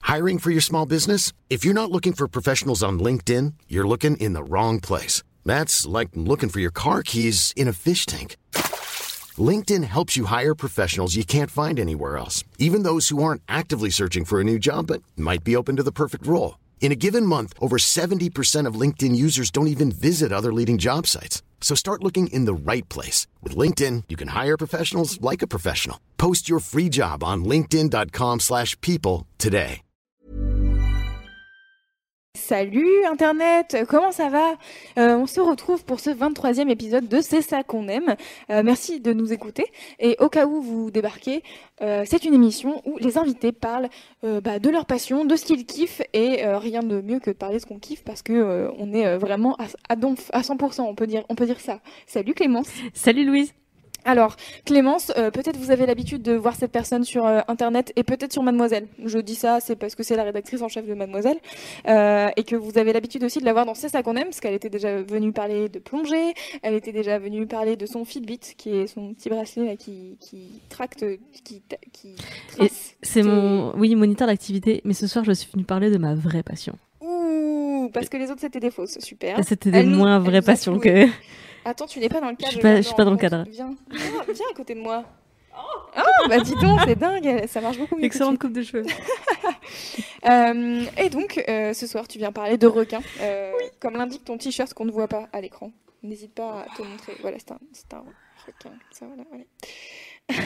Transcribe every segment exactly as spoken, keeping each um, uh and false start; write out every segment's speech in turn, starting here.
Hiring for your small business? If you're not looking for professionals on LinkedIn, you're looking in the wrong place. That's like looking for your car keys in a fish tank. LinkedIn helps you hire professionals you can't find anywhere else, even those who aren't actively searching for a new job but might be open to the perfect role. In a given month, over seventy percent of LinkedIn users don't even visit other leading job sites. So start looking in the right place. With LinkedIn, you can hire professionals like a professional. Post your free job on linkedin.com slash people today. Salut Internet, comment ça va ? euh, On se retrouve pour ce vingt-troisième épisode de C'est ça qu'on aime. Euh, merci de nous écouter. Et au cas où vous débarquez, euh, c'est une émission où les invités parlent euh, bah, de leur passion, de ce qu'ils kiffent. Et euh, rien de mieux que de parler de ce qu'on kiffe parce qu'on euh, est euh, vraiment à, à, donf, à cent pour cent, on peut, dire, on peut dire ça. Salut Clémence. Salut Louise. Alors, Clémence, euh, peut-être vous avez l'habitude de voir cette personne sur euh, Internet et peut-être sur Mademoiselle. Je dis ça, c'est parce que c'est la rédactrice en chef de Mademoiselle euh, et que vous avez l'habitude aussi de la voir dans C'est ça qu'on aime, parce qu'elle était déjà venue parler de plongée, elle était déjà venue parler de son Fitbit, qui est son petit bracelet là, qui, qui tracte, qui, qui trace. Et c'est tes... mon, oui, moniteur d'activité, mais ce soir je suis venue parler de ma vraie passion. Ouh, parce que les autres c'était des fausses, super. C'était des elle moins nous, vraies passions que... Attends, tu n'es pas dans le cadre. Je suis pas, je suis pas dans le cadre. Viens, viens, viens à côté de moi. Oh, oh bah dis donc, c'est dingue, ça marche beaucoup mieux. Excellente coupe de cheveux. euh, et donc, euh, ce soir, tu viens parler de requins, euh, oui. Comme l'indique ton t-shirt qu'on ne voit pas à l'écran. N'hésite pas à te montrer. Voilà, c'est un, c'est un requin. Ça, voilà, voilà.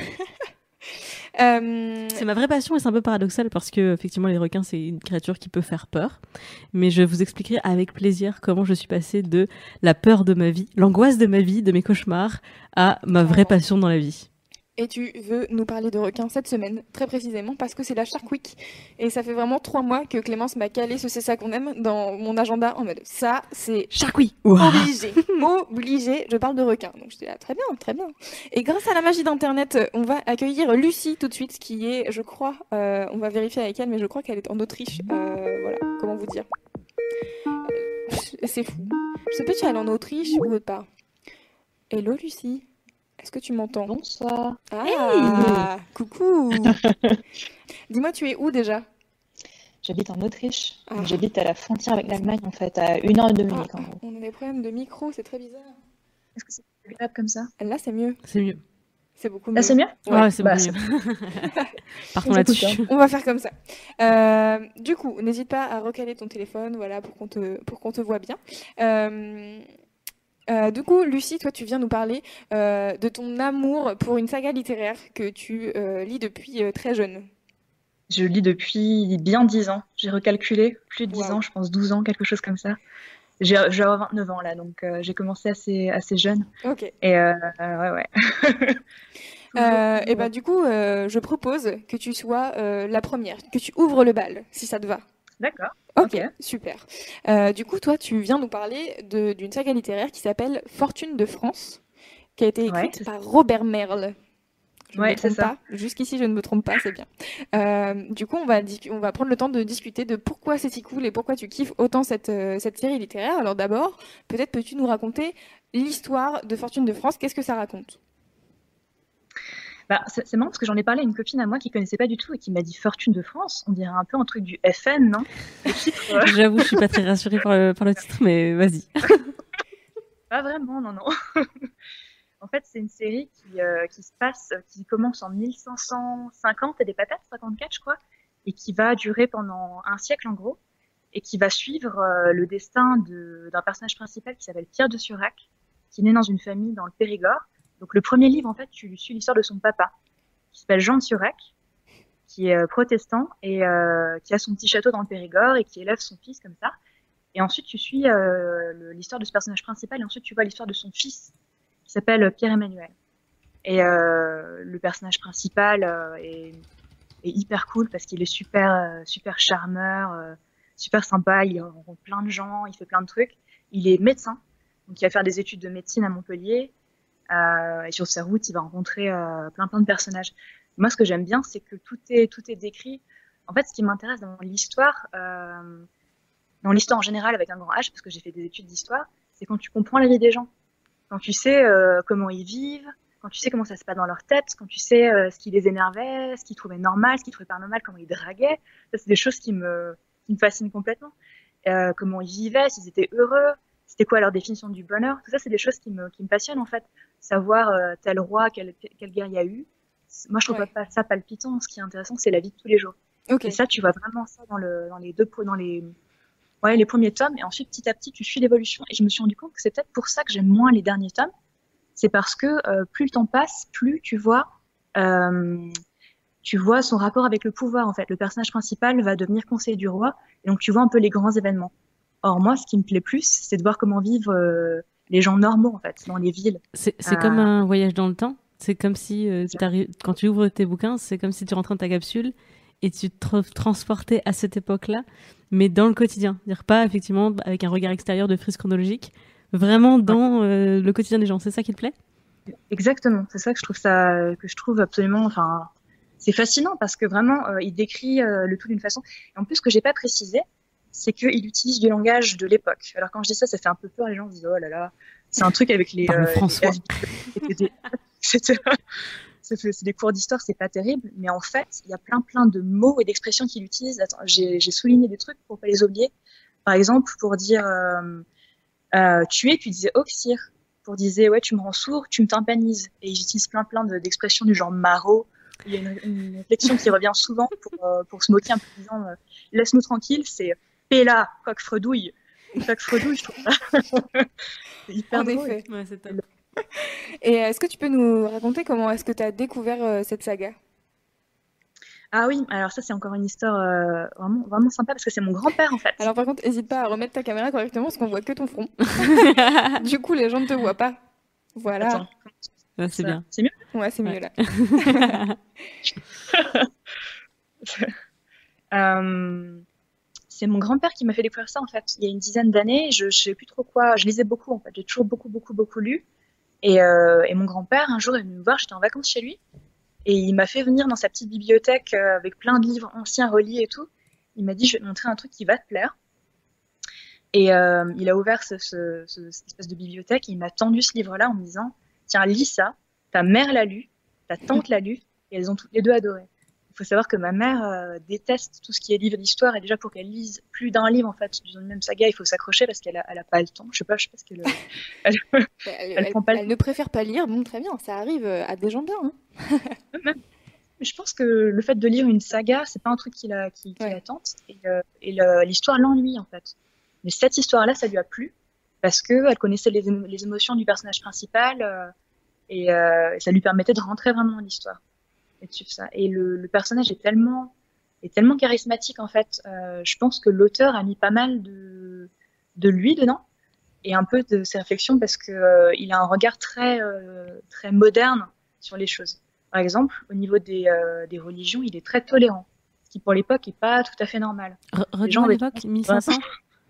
Euh... C'est ma vraie passion et c'est un peu paradoxal parce que effectivement les requins c'est une créature qui peut faire peur, mais je vous expliquerai avec plaisir comment je suis passée de la peur de ma vie, l'angoisse de ma vie, de mes cauchemars à ma vraie passion dans la vie. Et tu veux nous parler de requins cette semaine, très précisément, parce que c'est la Shark Week. Et ça fait vraiment trois mois que Clémence m'a calé ce C'est ça qu'on aime dans mon agenda en mode ça, c'est Shark Week. Obligé. Obligé. Je parle de requins. Donc je dis là, très bien, très bien. Et grâce à la magie d'Internet, on va accueillir Lucie tout de suite, qui est, je crois, euh, on va vérifier avec elle, mais je crois qu'elle est en Autriche. Euh, voilà, comment vous dire. Euh, c'est fou. Je sais pas si elle est en Autriche ou autre part. Hello Lucie. Est-ce que tu m'entends ? Bonsoir. Ah, hey coucou. Dis-moi, tu es où déjà ? J'habite en Autriche. Ah. J'habite à la frontière avec l'Allemagne, en fait, à une heure et deux minutes, ah, en gros. On a des problèmes de micro, c'est très bizarre. Est-ce que c'est agréable comme ça ? Là, c'est mieux. C'est mieux. C'est beaucoup mieux. Là, c'est mieux ? Ouais, ouais c'est bah, beaucoup mieux. Partons là-dessus. On va faire comme ça. Euh, du coup, n'hésite pas à recaler ton téléphone, voilà, pour qu'on te, pour qu'on te voit bien. Euh... Euh, du coup, Lucie, toi, tu viens nous parler euh, de ton amour pour une saga littéraire que tu euh, lis depuis euh, très jeune. Je lis depuis bien dix ans. J'ai recalculé, plus de dix wow. ans, je pense douze ans, quelque chose comme ça. J'ai, j'ai vingt-neuf ans là, donc euh, j'ai commencé assez, assez jeune. Ok. Et euh, euh, ouais, ouais. euh, et ben, du coup, euh, je propose que tu sois euh, la première, que tu ouvres le bal, si ça te va. D'accord. Ok, okay. Super. Euh, du coup, toi, tu viens nous parler de, d'une saga littéraire qui s'appelle Fortune de France, qui a été écrite ouais, par Robert Merle. Je ne ouais, me trompe c'est pas. Ça. Jusqu'ici, je ne me trompe pas, c'est bien. Euh, du coup, on va, on va prendre le temps de discuter de pourquoi c'est si cool et pourquoi tu kiffes autant cette, euh, cette série littéraire. Alors d'abord, peut-être peux-tu nous raconter l'histoire de Fortune de France. Qu'est-ce que ça raconte ? Bah, c'est, c'est marrant parce que j'en ai parlé à une copine à moi qui connaissait pas du tout et qui m'a dit Fortune de France. On dirait un peu un truc du F N, non ? titre, euh... J'avoue, je suis pas très rassurée par le, par le titre, mais vas-y. Pas vraiment, non, non. En fait, c'est une série qui, euh, qui se passe, qui commence en mille cinq cent cinquante et des patates, cinquante-quatre, je crois, et qui va durer pendant un siècle en gros, et qui va suivre euh, le destin de, d'un personnage principal qui s'appelle Pierre de Surac, qui naît dans une famille dans le Périgord. Donc le premier livre, en fait, tu suis l'histoire de son papa, qui s'appelle Jean de Surac, qui est euh, protestant et euh, qui a son petit château dans le Périgord et qui élève son fils comme ça. Et ensuite, tu suis euh, le, l'histoire de ce personnage principal et ensuite tu vois l'histoire de son fils, qui s'appelle Pierre-Emmanuel. Et euh, le personnage principal euh, est, est hyper cool parce qu'il est super, euh, super charmeur, euh, super sympa, il rencontre plein de gens, il fait plein de trucs. Il est médecin, donc il va faire des études de médecine à Montpellier. Euh, et sur sa route, il va rencontrer euh, plein plein de personnages. Moi, ce que j'aime bien, c'est que tout est tout est décrit. En fait, ce qui m'intéresse dans l'histoire, euh, dans l'histoire en général avec un grand H, parce que j'ai fait des études d'histoire, c'est quand tu comprends la vie des gens, quand tu sais euh, comment ils vivent, quand tu sais comment ça se passe dans leur tête, quand tu sais euh, ce qui les énervait, ce qu'ils trouvaient normal, ce qu'ils trouvaient pas normal, comment ils draguaient, ça c'est des choses qui me, qui me fascinent complètement. Euh, comment ils vivaient, s'ils étaient heureux, c'était quoi leur définition du bonheur, tout ça c'est des choses qui me, qui me passionnent en fait. Savoir euh, tel roi, quelle, quelle guerre il y a eu, moi je trouve ouais. pas ça palpitant, ce qui est intéressant c'est la vie de tous les jours. Okay. Et ça tu vois vraiment ça dans, le, dans les deux, dans les, ouais, les premiers tomes, et ensuite petit à petit tu suis l'évolution, et je me suis rendu compte que c'est peut-être pour ça que j'aime moins les derniers tomes. C'est parce que euh, plus le temps passe, plus tu vois, euh, tu vois son rapport avec le pouvoir. En fait, le personnage principal va devenir conseiller du roi, et donc tu vois un peu les grands événements. Or moi, ce qui me plaît plus, c'est de voir comment vivent euh, les gens normaux en fait dans les villes. C'est, c'est euh... comme un voyage dans le temps. C'est comme si euh, quand tu ouvres tes bouquins, c'est comme si tu rentrais dans ta capsule et tu te transportais à cette époque-là, mais dans le quotidien. C'est-à-dire pas effectivement avec un regard extérieur de frise chronologique. Vraiment dans euh, le quotidien des gens, c'est ça qui te plaît ? Exactement, c'est ça que je trouve ça, que je trouve absolument, enfin, c'est fascinant parce que vraiment, euh, il décrit euh, le tout d'une façon. Et en plus, ce que j'ai pas précisé, c'est qu'il utilise du langage de l'époque. Alors quand je dis ça, ça fait un peu peur. Les gens disent oh là là, c'est un truc avec les. Euh, François. Les... c'est, c'est des cours d'histoire, c'est pas terrible, mais en fait, il y a plein plein de mots et d'expressions qu'il utilise. Attends, j'ai, j'ai souligné des trucs pour pas les oublier. Par exemple, pour dire. Euh, Euh, tuer, tu disais oxyre. Pour dire, ouais, tu me rends sourd, tu me tympanises. Et j'utilise plein, plein de, d'expressions du genre maraud. Il y a une, une réflexion qui revient souvent pour, euh, pour se moquer un peu, disant euh, laisse-nous tranquille, c'est péla, coq fredouille. Coq fredouille, je trouve ça. C'est hyper en drôle. Effet. Ouais, c'est top. Et est-ce que tu peux nous raconter comment est-ce que tu as découvert euh, cette saga ? Ah oui, alors ça c'est encore une histoire euh, vraiment, vraiment sympa parce que c'est mon grand-père en fait. Alors par contre, n'hésite pas à remettre ta caméra correctement parce qu'on voit que ton front. Du coup, les gens ne te voient pas. Voilà. Attends. Ouais, c'est ça, bien. C'est mieux ? Ouais, c'est ouais. mieux là. euh, c'est mon grand-père qui m'a fait découvrir ça en fait. Il y a une dizaine d'années, je ne sais plus trop quoi, je lisais beaucoup en fait, j'ai toujours beaucoup, beaucoup, beaucoup lu. Et, euh, et mon grand-père, un jour, est venu me voir, j'étais en vacances chez lui. Et il m'a fait venir dans sa petite bibliothèque euh, avec plein de livres anciens reliés et tout. Il m'a dit, je vais te montrer un truc qui va te plaire. Et euh, il a ouvert ce, ce, ce, cette espèce de bibliothèque et il m'a tendu ce livre-là en me disant, tiens, lis ça. Ta mère l'a lu, ta tante l'a lu, et elles ont toutes les deux adoré. Il faut savoir que ma mère euh, déteste tout ce qui est livre d'histoire, et déjà pour qu'elle lise plus d'un livre en fait dans une même saga, il faut s'accrocher parce qu'elle a, elle a pas le temps. Je sais pas, je sais pas ce qu'elle. Elle, elle, elle, elle, prend pas elle, le... elle ne préfère pas lire. Bon, très bien, ça arrive à des gens bien. Hein. Même. Mais je pense que le fait de lire une saga, c'est pas un truc qui la, qui, qui ouais. la tente, et, euh, et le, l'histoire l'ennuie en fait. Mais cette histoire-là, ça lui a plu parce que elle connaissait les, émo- les émotions du personnage principal euh, et euh, ça lui permettait de rentrer vraiment dans l'histoire. Et, ça. et le, le personnage est tellement, est tellement charismatique en fait. Euh, je pense que l'auteur a mis pas mal de, de lui dedans et un peu de ses réflexions parce que euh, il a un regard très, euh, très moderne sur les choses. Par exemple, au niveau des, euh, des religions, il est très tolérant, ce qui pour l'époque est pas tout à fait normal. R- Redis-moi l'époque, mille cinq cents.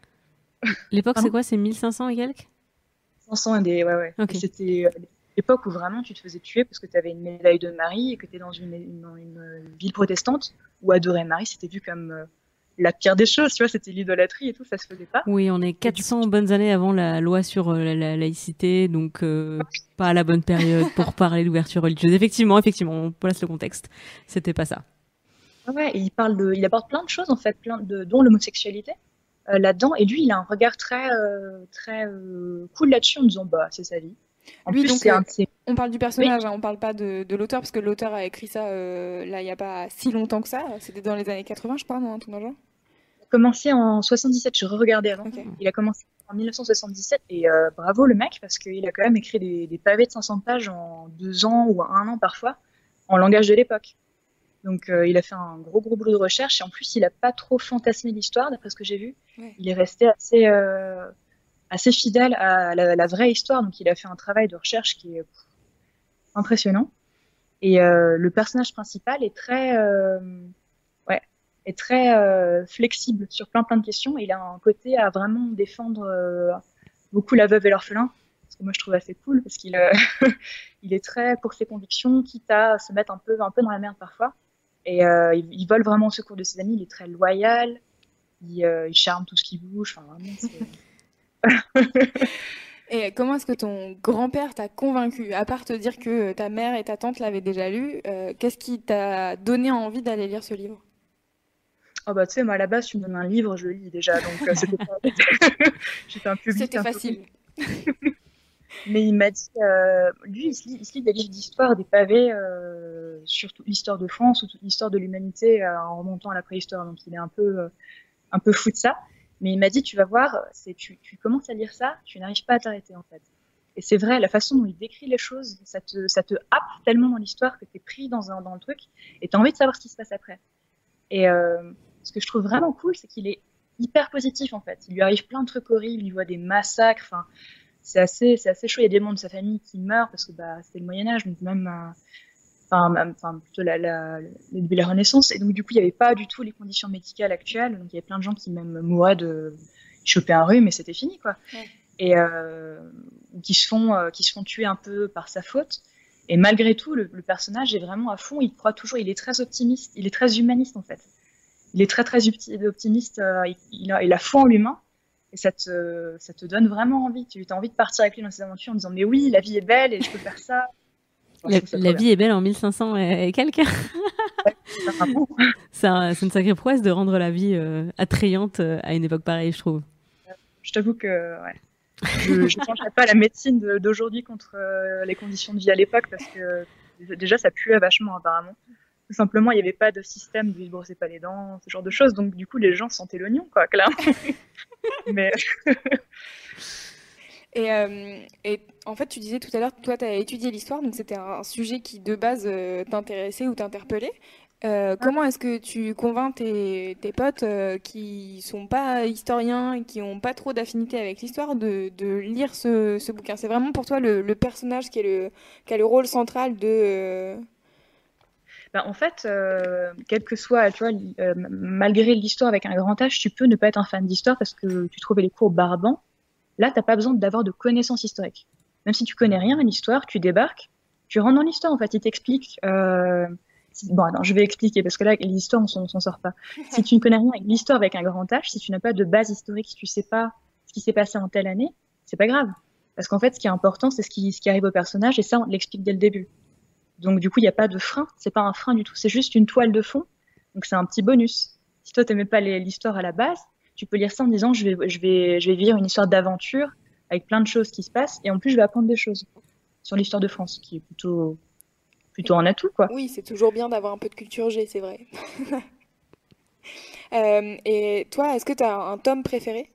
L'époque, c'est quoi? C'est mille cinq cents et quelques? cinq cents et des, ouais, ouais. Okay. C'était euh, l'époque où vraiment tu te faisais tuer parce que tu avais une médaille de Marie et que tu étais dans une, une, une, une ville protestante où adorer Marie, c'était vu comme euh, la pire des choses, tu vois, c'était l'idolâtrie et tout, ça se faisait pas. Oui, on est quatre cents bonnes années avant la loi sur euh, la, la laïcité, donc euh, pas à la bonne période pour parler d'ouverture religieuse. Effectivement, effectivement, on place le contexte, c'était pas ça. Ouais, et il parle de, il apporte plein de choses en fait, plein de, dont l'homosexualité. Euh, là-dedans, et lui il a un regard très euh, très euh, cool là-dessus en disant bah c'est sa vie. En lui, plus donc, c'est euh, un de ses... on parle du personnage, oui. hein, on parle pas de, de l'auteur parce que l'auteur a écrit ça euh, là il y a pas si longtemps que ça, c'était dans les années quatre-vingts je crois, non, un truc dans le genre. Il a commencé en soixante-dix-sept, je re-regardais avant. Okay. Il a commencé en dix-neuf cent soixante-dix-sept et euh, bravo le mec parce qu'il a quand même écrit des, des pavés de cinq cents pages en deux ans ou un an parfois en langage de l'époque. Donc euh, il a fait un gros gros boulot de recherche et en plus il a pas trop fantasmé l'histoire d'après ce que j'ai vu. Ouais. Il est resté assez euh, assez fidèle à la, la vraie histoire, donc il a fait un travail de recherche qui est pff, impressionnant. Et euh, le personnage principal est très euh, ouais est très euh, flexible sur plein plein de questions. Et il a un côté à vraiment défendre euh, beaucoup la veuve et l'orphelin. Ce que moi je trouve assez cool parce qu'il euh, il est très pour ses convictions, quitte à se mettre un peu un peu dans la merde parfois. Et euh, il, il vole vraiment au secours de ses amis, il est très loyal, il, euh, il charme tout ce qui bouge, enfin vraiment c'est... Et comment est-ce que ton grand-père t'a convaincu? À part te dire que ta mère et ta tante l'avaient déjà lu, euh, qu'est-ce qui t'a donné envie d'aller lire ce livre? Oh bah tu sais, moi à la base, tu me donnes un livre, je le lis déjà, donc euh, c'était pas... J'étais un public C'était un peu... facile. Mais il m'a dit, euh, lui, il se, lit, il se lit des livres d'histoire, des pavés, euh, sur toute l'histoire de France ou toute l'histoire de l'humanité euh, en remontant à la préhistoire. Donc il est un peu, euh, un peu fou de ça. Mais il m'a dit, tu vas voir, c'est, tu, tu commences à lire ça, tu n'arrives pas à t'arrêter en fait. Et c'est vrai, la façon dont il décrit les choses, ça te, ça te happe tellement dans l'histoire que tu es pris dans, un, dans le truc et tu as envie de savoir ce qui se passe après. Et euh, ce que je trouve vraiment cool, c'est qu'il est hyper positif en fait. Il lui arrive plein de trucs horribles, il voit des massacres, enfin... C'est assez, c'est assez chaud. Il y a des membres de sa famille qui meurent parce que bah, c'était le Moyen-Âge, donc même, enfin, euh, enfin plutôt la, la, la, la Renaissance. Et donc, du coup, il n'y avait pas du tout les conditions médicales actuelles. Donc, il y avait plein de gens qui même mouraient de choper un rhume, mais c'était fini, quoi. Ouais. Et euh, qui se font, euh, qui se font tuer un peu par sa faute. Et malgré tout, le, le personnage est vraiment à fond. Il croit toujours. Il est très optimiste. Il est très humaniste, en fait. Il est très, très optimiste. Euh, il, il, a, il a foi en l'humain. Et ça te, ça te donne vraiment envie. Tu as envie de partir avec lui dans ses aventures en disant mais oui, la vie est belle et je peux faire ça. Enfin, la la vie est belle en mille cinq cents et quelques. Ouais, c'est, un, c'est une sacrée prouesse de rendre la vie euh, attrayante à une époque pareille, je trouve. Je t'avoue que ouais. je ne changerais pas la médecine de, d'aujourd'hui contre euh, les conditions de vie à l'époque parce que déjà ça puait vachement apparemment. Tout simplement, il n'y avait pas de système de ne brosser pas les dents, ce genre de choses. Donc, du coup, les gens sentaient l'oignon, quoi, clairement. Mais... et, euh, et en fait, tu disais tout à l'heure, toi, tu as étudié l'histoire, donc c'était un sujet qui, de base, euh, t'intéressait ou t'interpellait. Euh, comment est-ce que tu convaincs tes, tes potes euh, qui sont pas historiens et qui n'ont pas trop d'affinité avec l'histoire de, de lire ce, ce bouquin? C'est vraiment pour toi le, le personnage qui, est le, qui a le rôle central de... Euh... Ben, en fait, euh, quel que soit, tu vois, euh, malgré l'histoire avec un grand H, tu peux ne pas être un fan d'histoire parce que tu trouvais les cours barbants. Là, t'as pas besoin d'avoir de connaissances historiques. Même si tu connais rien à l'histoire, tu débarques, tu rentres dans l'histoire. En fait, il t'explique. Euh, si, bon, non, je vais expliquer parce que là, l'histoire, on s'en, on s'en sort pas. Si tu ne connais rien avec l'histoire avec un grand H, si tu n'as pas de base historique, si tu sais pas ce qui s'est passé en telle année, c'est pas grave. Parce qu'en fait, ce qui est important, c'est ce qui, ce qui arrive au personnage, et ça, on l'explique dès le début. Donc, du coup, il n'y a pas de frein. C'est pas un frein du tout. C'est juste une toile de fond. Donc, c'est un petit bonus. Si toi, t'aimais pas les, l'histoire à la base, tu peux lire ça en disant, je vais, je vais, je vais vivre une histoire d'aventure avec plein de choses qui se passent. Et en plus, je vais apprendre des choses sur l'histoire de France, qui est plutôt, plutôt un atout, quoi. Oui, c'est toujours bien d'avoir un peu de culture G, c'est vrai. euh, et toi, est-ce que tu as un tome préféré?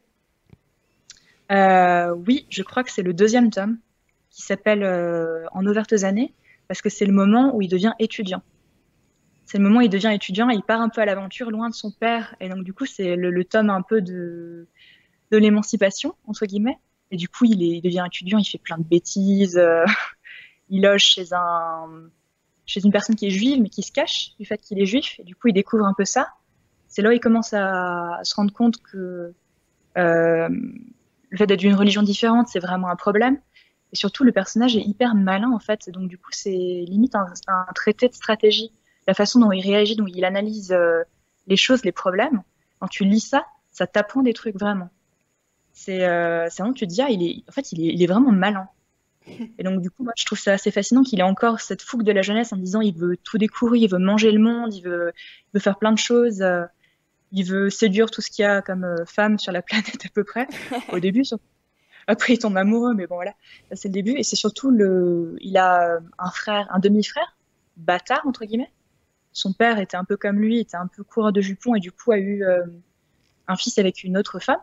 euh, Oui, je crois que c'est le deuxième tome, qui s'appelle euh, En nos vertes années, parce que c'est le moment où il devient étudiant. C'est le moment où il devient étudiant et il part un peu à l'aventure, loin de son père. Et donc, du coup, c'est le, le tome un peu de, de l'émancipation, entre guillemets. Et du coup, il, est, il devient étudiant, il fait plein de bêtises. Euh, il loge chez, un, chez une personne qui est juive, mais qui se cache du fait qu'il est juif. Et du coup, il découvre un peu ça. C'est là où il commence à, à se rendre compte que euh, le fait d'être d'une religion différente, c'est vraiment un problème. Et surtout, le personnage est hyper malin, en fait. Donc, du coup, c'est limite un, un traité de stratégie. La façon dont il réagit, dont il analyse euh, les choses, les problèmes. Quand tu lis ça, ça t'apprend des trucs, vraiment. C'est, euh, c'est vraiment, tu te dis, ah, il est, en fait, il est, il est vraiment malin. Et donc, du coup, moi, je trouve ça assez fascinant qu'il ait encore cette fougue de la jeunesse en disant, il veut tout découvrir, il veut manger le monde, il veut, il veut faire plein de choses, euh, il veut séduire tout ce qu'il y a comme euh, femme sur la planète à peu près, au début, surtout. Après, il tombe amoureux, mais bon, voilà, ça, c'est le début. Et c'est surtout, le, il a un frère, un demi-frère, bâtard, entre guillemets. Son père était un peu comme lui, était un peu coureur de jupons, et du coup, a eu euh, un fils avec une autre femme.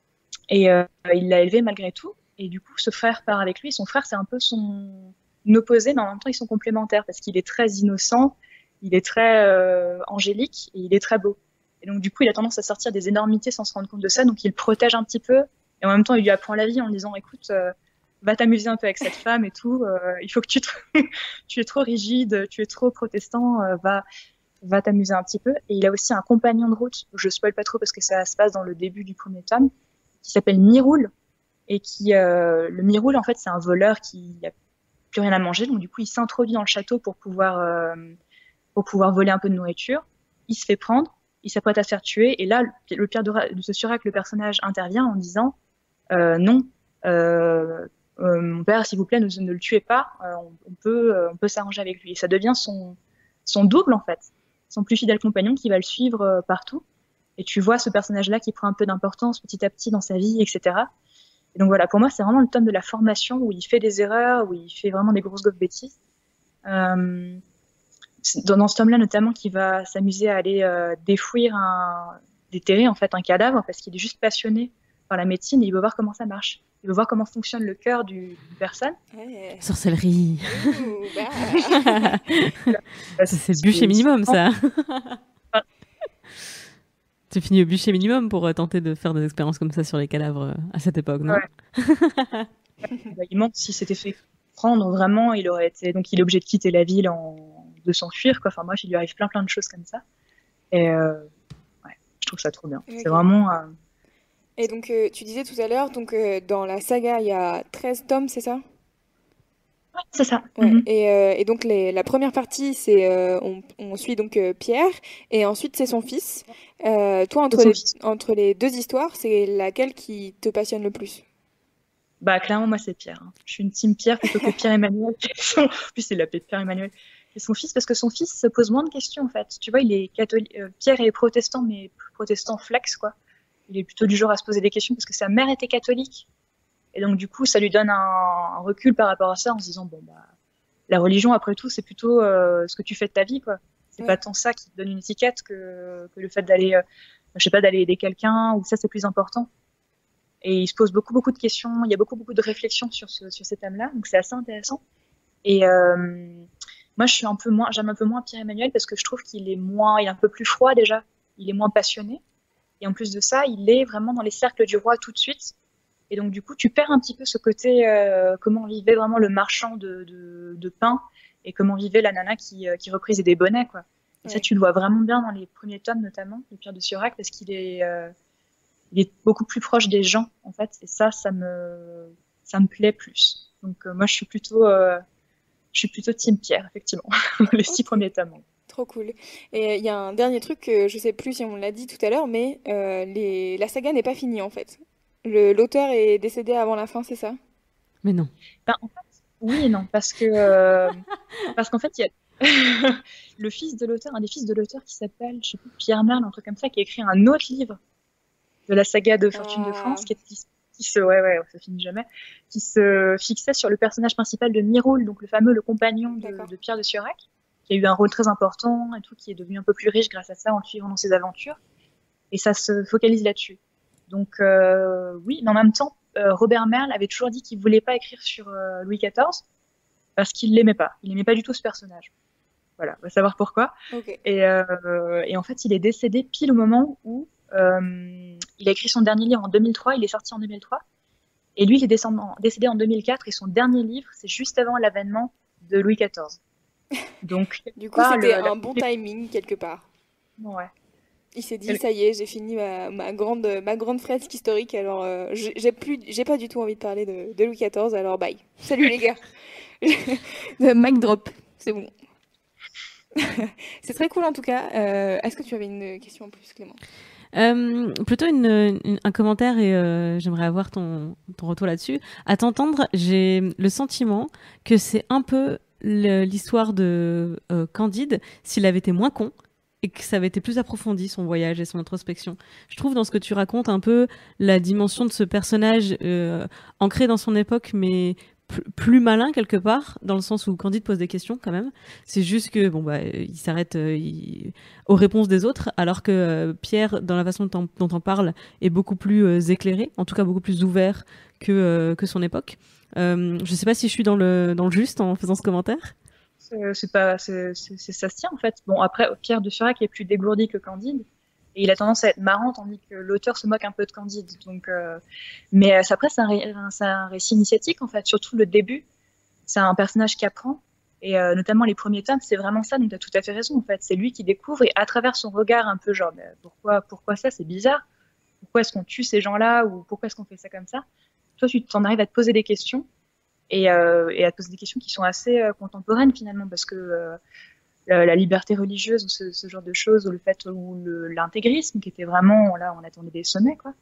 Et euh, il l'a élevé malgré tout. Et du coup, ce frère part avec lui. Son frère, c'est un peu son opposé, mais en même temps, ils sont complémentaires, parce qu'il est très innocent, il est très euh, angélique, et il est très beau. Et donc, du coup, il a tendance à sortir des énormités sans se rendre compte de ça, donc il le protège un petit peu. Et en même temps, il lui apprend la vie en disant, écoute, euh, va t'amuser un peu avec cette femme et tout. Euh, il faut que tu, te... tu es trop rigide, tu es trop protestant, euh, va, va t'amuser un petit peu. Et il a aussi un compagnon de route, je spoil pas trop parce que ça se passe dans le début du premier tome, qui s'appelle Miroul. Et qui, euh, le Miroul, en fait, c'est un voleur qui n'a plus rien à manger. Donc, du coup, il s'introduit dans le château pour pouvoir, euh, pour pouvoir voler un peu de nourriture. Il se fait prendre, il s'apprête à se faire tuer. Et là, le pire de, de ce Surac, le personnage intervient en disant, Euh, non, euh, euh, mon père, s'il vous plaît, ne, ne le tuez pas, euh, on, on peut, euh, on peut s'arranger avec lui. Et ça devient son, son double, en fait, son plus fidèle compagnon qui va le suivre euh, partout. Et tu vois ce personnage-là qui prend un peu d'importance petit à petit dans sa vie, et cetera. Et donc voilà, pour moi, c'est vraiment le tome de la formation où il fait des erreurs, où il fait vraiment des grosses bêtises. Euh, dans, dans ce tome-là, notamment, qui va s'amuser à aller euh, défouir, un, déterrer en fait un cadavre parce qu'il est juste passionné par la médecine et il veut voir comment ça marche. Il veut voir comment fonctionne le cœur du- d'une personne. Ouais. Sorcellerie. Ouh, bah. Ça, c'est le bûcher minimum, ça. Tu finis au bûcher minimum pour euh, tenter de faire des expériences comme ça sur les cadavres euh, à cette époque, non? Ouais. Bah, il manque si c'était fait prendre vraiment, il aurait été. Donc il est obligé de quitter la ville, en... de s'enfuir, quoi. Enfin, moi, il lui arrive plein plein de choses comme ça. Et euh... ouais, je trouve ça trop bien. Ok. C'est vraiment. Euh... Et donc, euh, tu disais tout à l'heure, donc euh, dans la saga, il y a treize tomes, c'est ça? Ouais, c'est ça. Ouais. Mhm. Et, euh, et donc, les, la première partie, c'est euh, on, on suit donc euh, Pierre, et ensuite, c'est son fils. Euh, toi, entre C'est son les, fils. entre les deux histoires, c'est laquelle qui te passionne le plus? Bah, clairement, moi, c'est Pierre. hein. Je suis une team Pierre plutôt que Pierre-Emmanuel. qui est son- En plus, c'est l'appelé Pierre-Emmanuel. Et son fils, parce que son fils se pose moins de questions, en fait. Tu vois, il est catholique. euh, Pierre est protestant, mais protestant flex, quoi. Il est plutôt du genre à se poser des questions parce que sa mère était catholique. Et donc, du coup, ça lui donne un, un recul par rapport à ça en se disant, bon, bah, la religion, après tout, c'est plutôt euh, ce que tu fais de ta vie, quoi. C'est Ouais. pas tant ça qui te donne une étiquette que, que le fait d'aller, euh, je sais pas, d'aller aider quelqu'un, ou ça, c'est plus important. Et il se pose beaucoup, beaucoup de questions. Il y a beaucoup, beaucoup de réflexions sur, ce, sur ces thèmes-là. Donc, c'est assez intéressant. Et euh, moi, je suis un peu moins, j'aime un peu moins Pierre-Emmanuel parce que je trouve qu'il est moins, il est un peu plus froid déjà. Il est moins passionné. Et en plus de ça, il est vraiment dans les cercles du roi tout de suite. Et donc, du coup, tu perds un petit peu ce côté, euh, comment vivait vraiment le marchand de, de, de pain et comment vivait la nana qui, euh, qui reprisait des bonnets, quoi. Et ça, Ouais. tu le vois vraiment bien dans les premiers tomes, notamment, de Pierre de Sirac, parce qu'il est, euh, il est beaucoup plus proche des gens, en fait. Et ça, ça me, ça me plaît plus. Donc, euh, moi, je suis plutôt, euh, je suis plutôt team Pierre, effectivement. Les six Ok. premiers tomes. Trop cool. Et il y a un dernier truc que je sais plus si on l'a dit tout à l'heure, mais euh, les... la saga n'est pas finie en fait. Le... L'auteur est décédé avant la fin, c'est ça? Mais non. Ben, en fait, oui et non, parce que, euh, parce qu'en fait, il y a le fils de l'auteur, un des fils de l'auteur qui s'appelle, je sais plus, Pierre Merle, un truc comme ça, qui a écrit un autre livre de la saga de Fortune de Ah, France, qui, est, qui, qui se, ouais, ouais, ça finit jamais, qui se fixait sur le personnage principal de Miroul, donc le fameux, le compagnon de, d'accord. de Pierre de Sirac, qui a eu un rôle très important et tout, qui est devenu un peu plus riche grâce à ça en le suivant dans ses aventures. Et ça se focalise là-dessus. Donc, euh, oui, mais en même temps, euh, Robert Merle avait toujours dit qu'il voulait pas écrire sur euh, Louis quatorze parce qu'il l'aimait pas. Il aimait pas du tout ce personnage. Voilà, on va savoir pourquoi. Ok. Et, euh, et en fait, il est décédé pile au moment où euh, il a écrit son dernier livre en deux mille trois. Il est sorti en deux mille trois. Et lui, il est descendant- décédé en deux mille quatre. Et son dernier livre, c'est juste avant l'avènement de Louis quatorze. Donc, Du coup, pas c'était le, la... un bon timing quelque part. Ouais. Il s'est dit, Quel- ça y est, j'ai fini ma, ma grande, ma grande fresque historique, alors euh, j'ai j'ai plus, j'ai pas du tout envie de parler de, de Louis quatorze, alors bye. Salut les gars. De mic drop, c'est bon. C'est très cool en tout cas. Euh, Est-ce que tu avais une question en plus, Clément? Euh, plutôt une, une- un commentaire et euh, j'aimerais avoir ton, ton retour là-dessus. À t'entendre, j'ai le sentiment que c'est un peu le- l'histoire de euh, Candide s'il avait été moins con et que ça avait été plus approfondi son voyage et son introspection. Je trouve dans ce que tu racontes un peu la dimension de ce personnage euh, ancré dans son époque mais pl- plus malin quelque part dans le sens où Candide pose des questions quand même. C'est juste que bon bah il s'arrête euh, il- aux réponses des autres, alors que euh, Pierre, dans la façon dont on, dont on parle, est beaucoup plus euh, éclairé, en tout cas beaucoup plus ouvert que, euh, que son époque. Euh, je sais pas si je suis dans le, dans le juste en faisant ce commentaire. C'est c'est pas, c'est, c'est, c'est- ça se tient en fait. Bon, après, Pierre de Sirac est plus dégourdi que Candide. Et il a tendance à être marrant, tandis que l'auteur se moque un peu de Candide. Donc, euh, mais euh, après, c'est un, ré- un- c'est un récit initiatique, en fait. Surtout le début. C'est un personnage qui apprend. Et euh, notamment les premiers tomes, c'est vraiment ça. Donc, tu as tout à fait raison, en fait. C'est lui qui découvre. Et à travers son regard un peu genre, mais pourquoi, pourquoi ça, c'est bizarre. Pourquoi est-ce qu'on tue ces gens-là? Ou pourquoi est-ce qu'on fait ça comme ça? Toi, tu t'en arrives à te poser des questions. Et, euh, et à te poser des questions qui sont assez euh, contemporaines, finalement. Parce que... Euh, la, la liberté religieuse ou ce, ce genre de choses, ou le fait ou le, l'intégrisme qui était vraiment là on attendait des sommets quoi.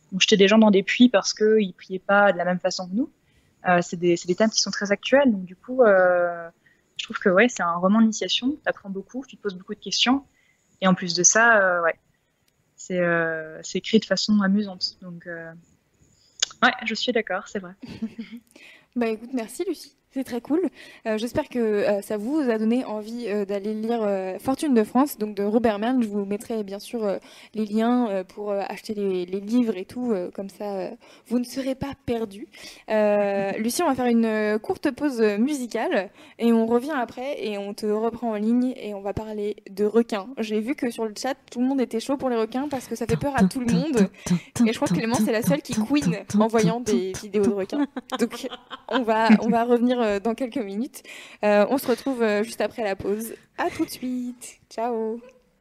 on jetait des gens dans des puits parce qu'ils priaient pas de la même façon que nous. Euh, c'est des, c'est des thèmes qui sont très actuels, donc du coup, euh, je trouve que ouais, c'est un roman d'initiation. Tu apprends beaucoup, tu te poses beaucoup de questions, et en plus de ça, euh, ouais, c'est, euh, c'est écrit de façon amusante. Donc, euh, ouais, je suis d'accord, c'est vrai. Bah écoute, merci Lucie, c'est très cool. Euh, j'espère que euh, ça vous a donné envie euh, d'aller lire euh, Fortune de France, donc de Robert Merle. Je vous mettrai bien sûr euh, les liens euh, pour euh, acheter les, les livres et tout, euh, comme ça euh, vous ne serez pas perdus. Euh, Lucie, on va faire une euh, courte pause musicale et on revient après et on te reprend en ligne et on va parler de requins. J'ai vu que sur le chat, tout le monde était chaud pour les requins parce que ça fait peur à tout le monde. Et je crois que Clément, c'est la seule qui queen en voyant des vidéos de requins. Donc on va, on va revenir euh, dans quelques minutes. Euh, on se retrouve euh, juste après la pause. À tout de suite. Ciao.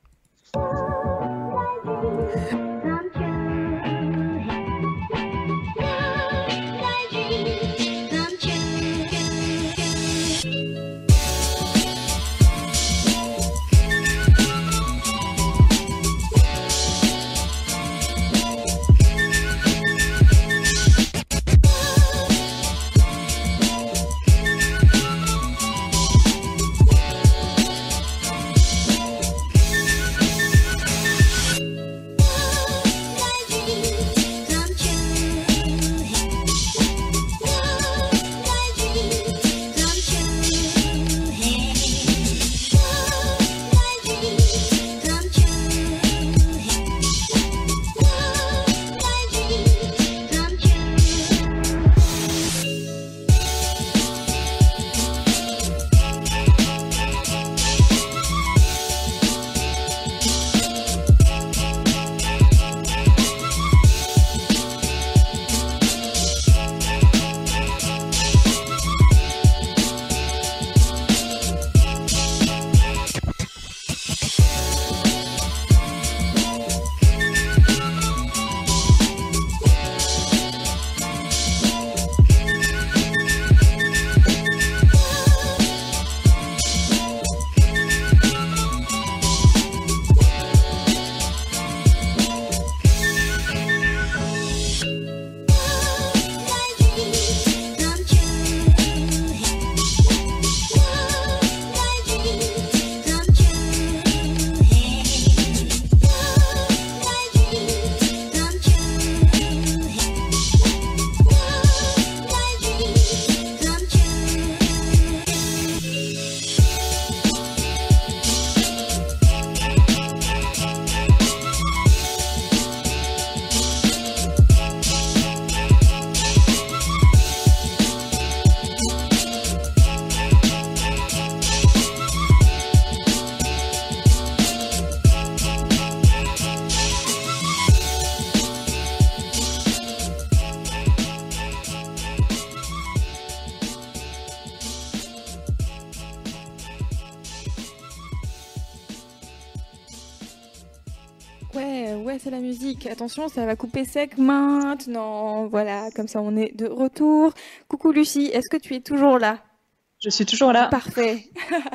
Ouais, ouais, c'est la musique. Attention, ça va couper sec maintenant. Voilà, comme ça on est de retour. Coucou Lucie, est-ce que tu es toujours là? Je suis toujours là. Parfait.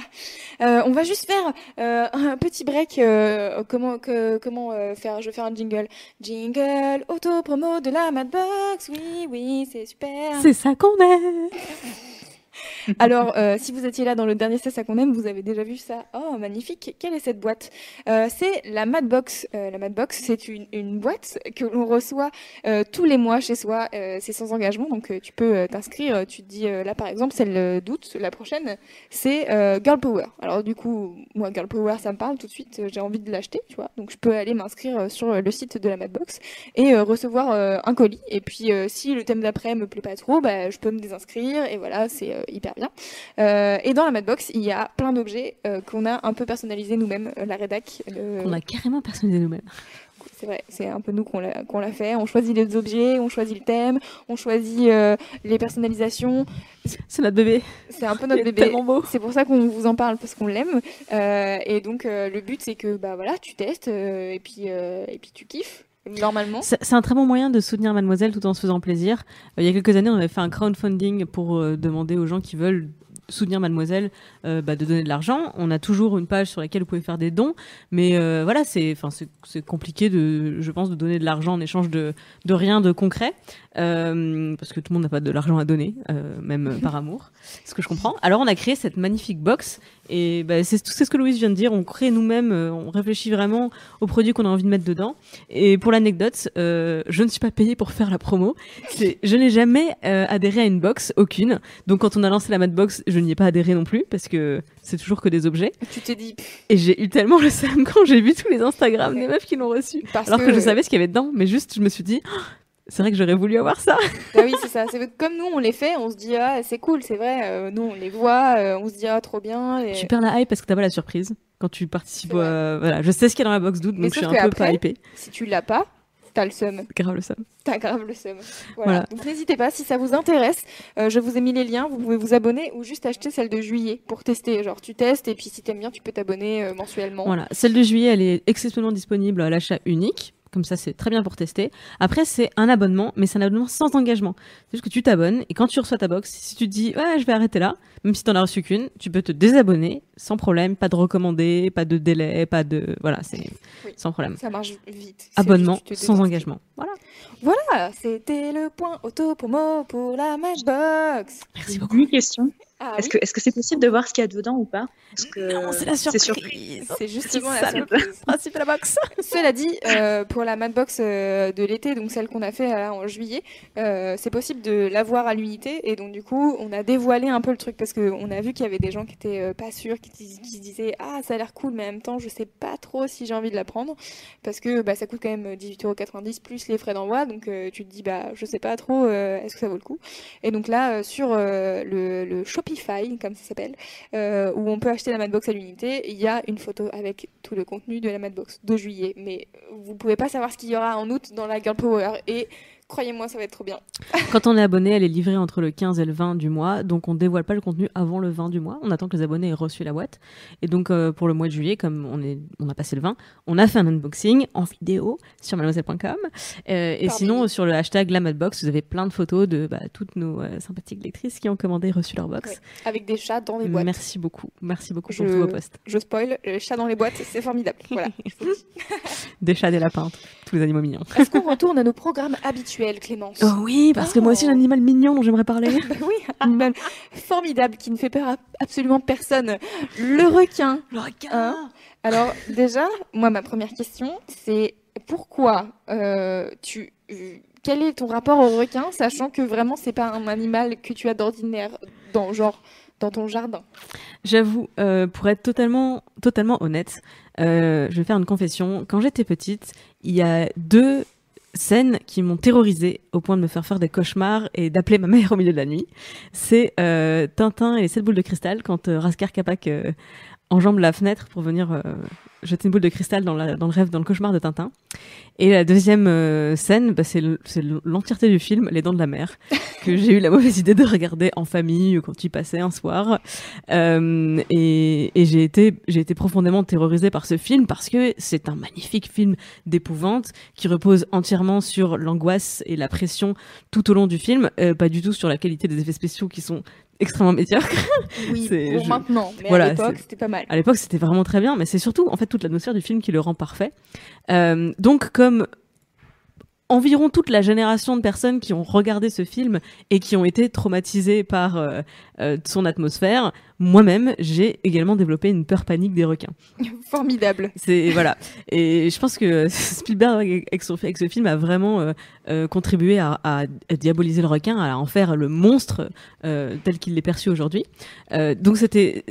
euh, on va juste faire euh, un petit break. Euh, comment que, comment euh, faire? Je vais faire un jingle. Jingle auto-promo de la Madbox. Oui, oui, c'est super. C'est ça qu'on aime. Alors, euh, si vous étiez là dans le dernier C'est ça qu'on aime, vous avez déjà vu ça. Oh, magnifique. Quelle est cette boîte? euh, C'est la Madbox. Euh, la Madbox, c'est une, une boîte que l'on reçoit euh, tous les mois chez soi. Euh, c'est sans engagement, donc euh, tu peux euh, t'inscrire. Tu te dis, euh, là par exemple, celle d'août, la prochaine, c'est euh, Girl Power. Alors du coup, moi, Girl Power, ça me parle tout de suite. J'ai envie de l'acheter, tu vois. Donc je peux aller m'inscrire sur le site de la Madbox et euh, recevoir euh, un colis. Et puis, euh, si le thème d'après me plaît pas trop, bah, je peux me désinscrire. Et voilà, c'est euh, hyper bien. Euh, et dans la Madbox, il y a plein d'objets euh, qu'on a un peu personnalisés nous-mêmes, euh, la rédac. Euh... On a carrément personnalisé nous-mêmes. C'est vrai, c'est un peu nous qu'on l'a, qu'on l'a fait. On choisit les objets, on choisit le thème, on choisit euh, les personnalisations. C'est notre bébé. C'est un peu notre bébé. Tellement beau. C'est pour ça qu'on vous en parle, parce qu'on l'aime. Euh, et donc, euh, le but, c'est que bah, voilà, tu testes euh, et, puis, euh, et puis tu kiffes. Normalement. C'est, c'est un très bon moyen de soutenir Mademoiselle tout en se faisant plaisir. Euh, il y a quelques années, on avait fait un crowdfunding pour euh, demander aux gens qui veulent soutenir Mademoiselle, euh, bah, de donner de l'argent. On a toujours une page sur laquelle vous pouvez faire des dons, mais euh, voilà, c'est, enfin, c'est, c'est compliqué de, je pense, de donner de l'argent en échange de, de rien de concret, euh, parce que tout le monde n'a pas de l'argent à donner, euh, même par amour, ce que je comprends. Alors on a créé cette magnifique box, et bah, c'est, c'est ce que Louise vient de dire. On crée nous-mêmes, euh, on réfléchit vraiment aux produits qu'on a envie de mettre dedans. Et pour l'anecdote, euh, je ne suis pas payée pour faire la promo. C'est, je n'ai jamais euh, adhéré à une box, aucune. Donc quand on a lancé la Madbox, je n'y ai pas adhéré non plus parce que c'est toujours que des objets. Tu t'es dit. Et j'ai eu tellement le seum quand j'ai vu tous les Instagram des meufs qui l'ont reçu. Parce Alors que... que je savais ce qu'il y avait dedans, mais juste je me suis dit, oh, c'est vrai que j'aurais voulu avoir ça. Ah oui, c'est ça. C'est comme nous, on les fait, on se dit ah c'est cool, c'est vrai. Euh, nous on les voit, euh, on se dit ah trop bien. Et... Tu perds la hype parce que t'as pas la surprise quand tu participes. À... Voilà, je sais ce qu'il y a dans la box doute, donc je suis un peu après, pas hypée. Si tu l'as pas, t'as le seum. Grave le seum. T'as grave le seum. Voilà. Voilà. Donc n'hésitez pas, si ça vous intéresse, euh, je vous ai mis les liens, vous pouvez vous abonner ou juste acheter celle de juillet pour tester. Genre tu testes et puis si t'aimes bien, tu peux t'abonner euh, mensuellement. Voilà, celle de juillet, elle est exceptionnellement disponible à l'achat unique. Comme ça, c'est très bien pour tester. Après, c'est un abonnement, mais c'est un abonnement sans engagement. C'est juste que tu t'abonnes et quand tu reçois ta box, si tu te dis ouais, je vais arrêter là, même si t'en as reçu qu'une, tu peux te désabonner sans problème, pas de recommandé, pas de délai, pas de voilà, c'est oui, sans problème. Ça marche vite. Abonnement sans engagement. Voilà. Voilà, c'était le point auto-promo pour la Matchbox. Merci beaucoup. Une question. Ah, est-ce oui. que est-ce que c'est possible de voir ce qu'il y a dedans ou pas? Parce que non, c'est la surprise. C'est, surprise. c'est justement c'est la ça, surprise. Le principe de la box. Cela dit, euh, pour la Matchbox euh, de l'été, donc celle qu'on a fait là, en juillet, euh, c'est possible de l'avoir à l'unité et donc du coup, on a dévoilé un peu le truc parce que on a vu qu'il y avait des gens qui étaient euh, pas sûrs, qui, qui se disaient ah ça a l'air cool, mais en même temps je sais pas trop si j'ai envie de la prendre parce que bah ça coûte quand même dix-huit euros quatre-vingt-dix plus les frais d'envoi, donc euh, tu te dis bah je sais pas trop, euh, est-ce que ça vaut le coup? Et donc là euh, sur euh, le, le Shopify comme ça s'appelle, euh, où on peut acheter la Matchbox à l'unité, il y a une photo avec tout le contenu de la Matchbox de juillet, mais vous pouvez pas savoir ce qu'il y aura en août dans la Girl Power et croyez-moi, ça va être trop bien. Quand on est abonné, elle est livrée entre le quinze et le vingt du mois, donc on dévoile pas le contenu avant le vingt du mois. On attend que les abonnés aient reçu la boîte. Et donc euh, pour le mois de juillet, comme on est, on a passé le vingt, on a fait un unboxing en vidéo sur mademoiselle point com. Euh, et sinon sur le hashtag la Matchbox, vous avez plein de photos de bah, toutes nos euh, sympathiques lectrices qui ont commandé et reçu leur box. Ouais. Avec des chats dans les boîtes. Merci beaucoup, merci beaucoup je, pour tous vos posts. Je spoil, les chats dans les boîtes, c'est formidable. Voilà. Des chats, des lapins, tous les animaux mignons. Est-ce qu'on retourne à nos programmes habituels, Clémence? Oh oui, parce oh. que moi aussi j'ai un animal mignon dont j'aimerais parler. Bah oui, un animal formidable qui ne fait peur à absolument personne. Le requin. Le requin. Hein? Alors déjà, moi ma première question, c'est pourquoi euh, tu, euh, quel est ton rapport au requin, sachant que vraiment c'est pas un animal que tu as d'ordinaire dans genre dans ton jardin? J'avoue, euh, pour être totalement totalement honnête, euh, je vais faire une confession. Quand j'étais petite, il y a deux scènes qui m'ont terrorisée au point de me faire faire des cauchemars et d'appeler ma mère au milieu de la nuit. C'est euh, Tintin et les sept boules de cristal quand euh, Raskar Kapak euh, enjambe la fenêtre pour venir euh, jeter une boule de cristal dans, la, dans le rêve, dans le cauchemar de Tintin. Et la deuxième euh, scène, bah, c'est, le, c'est l'entièreté du film, Les Dents de la Mer, que j'ai eu la mauvaise idée de regarder en famille quand il passait un soir. Euh, et et j'ai, été, j'ai été profondément terrorisée par ce film parce que c'est un magnifique film d'épouvante qui repose entièrement sur l'angoisse et la pression tout au long du film, euh, pas du tout sur la qualité des effets spéciaux qui sont extrêmement médiocre. Oui, c'est, pour je... maintenant. Mais voilà, à l'époque, c'est... c'était pas mal. À l'époque, c'était vraiment très bien, mais c'est surtout, en fait, toute l'atmosphère du film qui le rend parfait. Euh, donc, comme environ toute la génération de personnes qui ont regardé ce film et qui ont été traumatisées par euh, euh, son atmosphère, moi-même, j'ai également développé une peur panique des requins. Formidable. C'est voilà. Et je pense que Spielberg, avec, son, avec ce film, a vraiment euh, euh, contribué à, à, à diaboliser le requin, à en faire le monstre euh, tel qu'il l'est perçu aujourd'hui. Euh, donc c'était.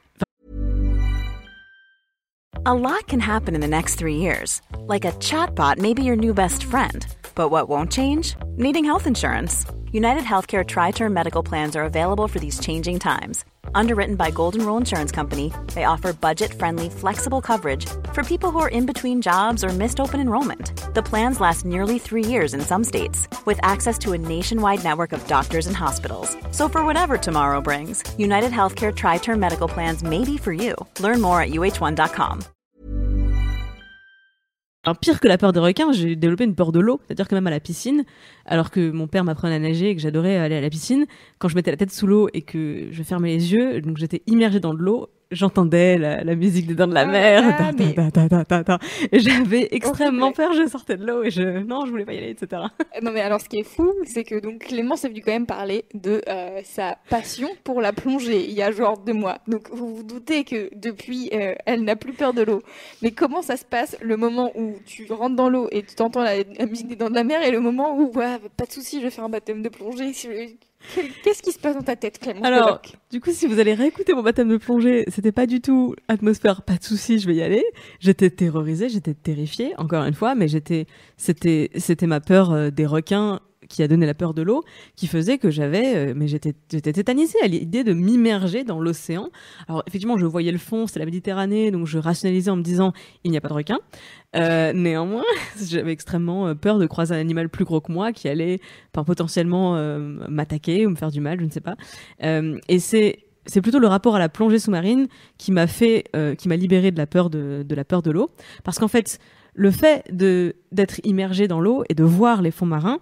A lot can happen in the next three years. Like a chatbot may be your new best friend. But what won't change? Needing health insurance. United Healthcare Tri-Term Medical Plans are available for these changing times. Underwritten by Golden Rule Insurance Company, they offer budget-friendly, flexible coverage for people who are in between jobs or missed open enrollment. The plans last nearly three years in some states, with access to a nationwide network of doctors and hospitals. So for whatever tomorrow brings, United Healthcare Tri-Term Medical Plans may be for you. Learn more at U H one dot com. Alors, pire que la peur des requins, j'ai développé une peur de l'eau. C'est-à-dire que même à la piscine, alors que mon père m'apprenait à nager et que j'adorais aller à la piscine, quand je mettais la tête sous l'eau et que je fermais les yeux, donc j'étais immergée dans de l'eau, j'entendais la, la musique des Dents de la Ah, Mer. ah, ta, mais- ta, ta, ta, ta, ta. Et j'avais extrêmement Horrible. peur, je sortais de l'eau et je, non, je voulais pas y aller, et cetera. Non mais alors ce qui est fou, c'est que donc Clémence est venue quand même parler de euh, sa passion pour la plongée il y a genre deux mois. Donc vous vous doutez que depuis euh, elle n'a plus peur de l'eau. Mais comment ça se passe le moment où tu rentres dans l'eau et tu t'entends la, la musique des Dents de la Mer et le moment où ouais, pas de souci, je vais faire un baptême de plongée. Si je- Quel- Qu'est-ce qui se passe dans ta tête, Clémence Alors, Levac du coup, si vous allez réécouter mon baptême de plongée, c'était pas du tout atmosphère, pas de souci, je vais y aller. J'étais terrorisée, j'étais terrifiée, encore une fois, mais j'étais, c'était, c'était ma peur euh, des requins qui a donné la peur de l'eau, qui faisait que j'avais, euh, mais j'étais, j'étais tétanisée à l'idée de m'immerger dans l'océan. Alors, effectivement, je voyais le fond, c'est la Méditerranée, donc je rationalisais en me disant, il n'y a pas de requins. Euh, néanmoins, j'avais extrêmement euh, peur de croiser un animal plus gros que moi qui allait, enfin, potentiellement euh, m'attaquer ou me faire du mal, je ne sais pas. Euh, et c'est c'est plutôt le rapport à la plongée sous-marine qui m'a fait, euh, qui m'a libéré de la peur de, de la peur de l'eau, parce qu'en fait, le fait de d'être immergé dans l'eau et de voir les fonds marins,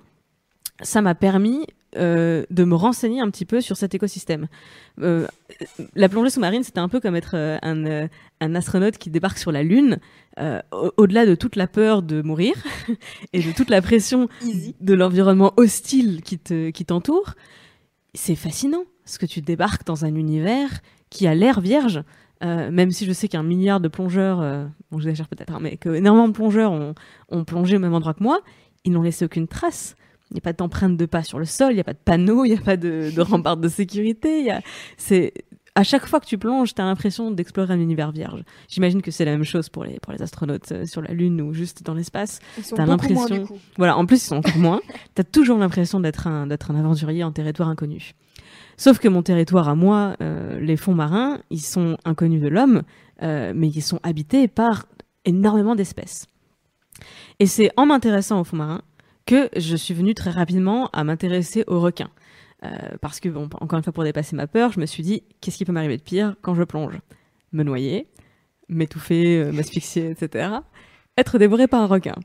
ça m'a permis euh, de me renseigner un petit peu sur cet écosystème. Euh, la plongée sous-marine, c'était un peu comme être euh, un, euh, un astronaute qui débarque sur la Lune, euh, au- au-delà de toute la peur de mourir et de toute la pression Easy. de l'environnement hostile qui te, qui t'entoure. C'est fascinant, parce que tu débarques dans un univers qui a l'air vierge, euh, même si je sais qu'un milliard de plongeurs, euh, bon, j'exagère peut-être, hein, mais que énormément de plongeurs ont, ont plongé au même endroit que moi, ils n'ont laissé aucune trace. Il n'y a pas d'empreinte de pas sur le sol, il n'y a pas de panneau, il n'y a pas de, de rambarde de sécurité. Il y a, c'est, à chaque fois que tu plonges, tu as l'impression d'explorer un univers vierge. J'imagine que c'est la même chose pour les, pour les astronautes euh, sur la Lune ou juste dans l'espace. Ils sont T'as beaucoup moins l'impression- du coup. Voilà, en plus, ils sont encore moins. Tu as toujours l'impression d'être un, d'être un aventurier en territoire inconnu. Sauf que mon territoire à moi, euh, les fonds marins, ils sont inconnus de l'homme, euh, mais ils sont habités par énormément d'espèces. Et c'est en m'intéressant aux fonds marins que je suis venue très rapidement à m'intéresser aux requins. Euh, parce que, bon, encore une fois, pour dépasser ma peur, je me suis dit, qu'est-ce qui peut m'arriver de pire quand je plonge ? Me noyer, m'étouffer, euh, m'asphyxier, et cetera. Être dévoré par un requin.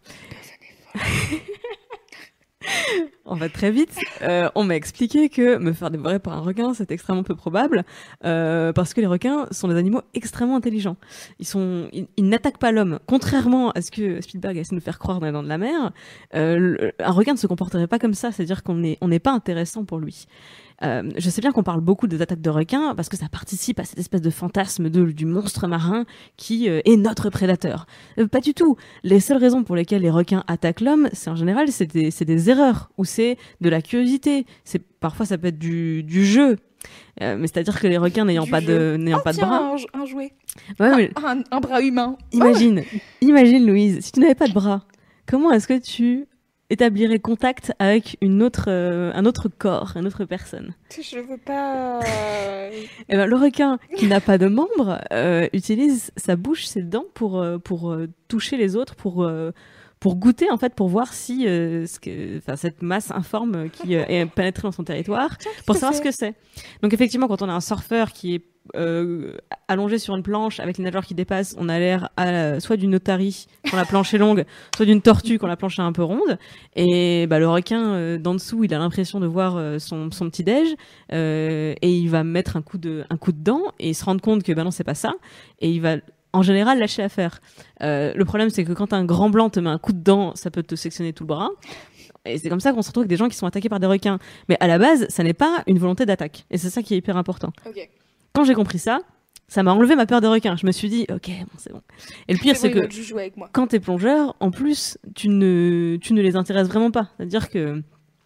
On va très vite. Euh, on m'a expliqué que me faire dévorer par un requin, c'est extrêmement peu probable, euh, parce que les requins sont des animaux extrêmement intelligents. Ils sont, ils, ils n'attaquent pas l'homme. Contrairement à ce que Spielberg essaie de nous faire croire dans les Dents de la Mer, euh, le- un requin ne se comporterait pas comme ça. C'est-à-dire qu'on n'est on n'est pas intéressant pour lui. Euh, je sais bien qu'on parle beaucoup des attaques de requins parce que ça participe à cette espèce de fantasme de, du monstre marin qui euh, est notre prédateur. Euh, pas du tout. Les seules raisons pour lesquelles les requins attaquent l'homme, c'est en général c'est des, c'est des erreurs ou c'est de la curiosité. C'est parfois ça peut être du, du jeu. Euh, mais c'est-à-dire que les requins n'ayant Du pas jeu. de n'ayant Ah, pas de tiens, bras. un, un jouet. Ouais, mais Un, un bras humain. imagine, imagine Louise, si tu n'avais pas de bras, comment est-ce que tu établirais contact avec une autre, euh, un autre corps, une autre personne? Je veux pas. euh, Eh ben, le requin qui n'a pas de membres euh, utilise sa bouche, ses dents pour, euh, pour euh, toucher les autres, pour, euh, pour goûter en fait, pour voir si euh, ce que, enfin, cette masse informe qui euh, est pénétrée dans son territoire, Tiens, qu'est-ce pour que savoir ce c'est que c'est. Donc effectivement, quand on a un surfeur qui est euh, allongé sur une planche avec les nageurs qui dépassent, on a l'air à, soit d'une otarie quand la planche est longue, soit d'une tortue quand la planche est un peu ronde. Et bah, le requin euh, d'en dessous, il a l'impression de voir euh, son, son petit déj euh, et il va mettre un coup de un coup de dent et se rendre compte que bah non c'est pas ça et il va en général lâcher l'affaire. Euh, le problème c'est que quand un grand blanc te met un coup de dent, ça peut te sectionner tout le bras. Et c'est comme ça qu'on se retrouve avec des gens qui sont attaqués par des requins. Mais à la base, ça n'est pas une volonté d'attaque. Et c'est ça qui est hyper important. Ok. Quand j'ai compris ça, ça m'a enlevé ma peur des requins. Je me suis dit, ok, bon, c'est bon. Et le pire, c'est que Tu joues avec moi. quand t'es plongeur, en plus, tu ne, tu ne les intéresses vraiment pas. C'est-à-dire que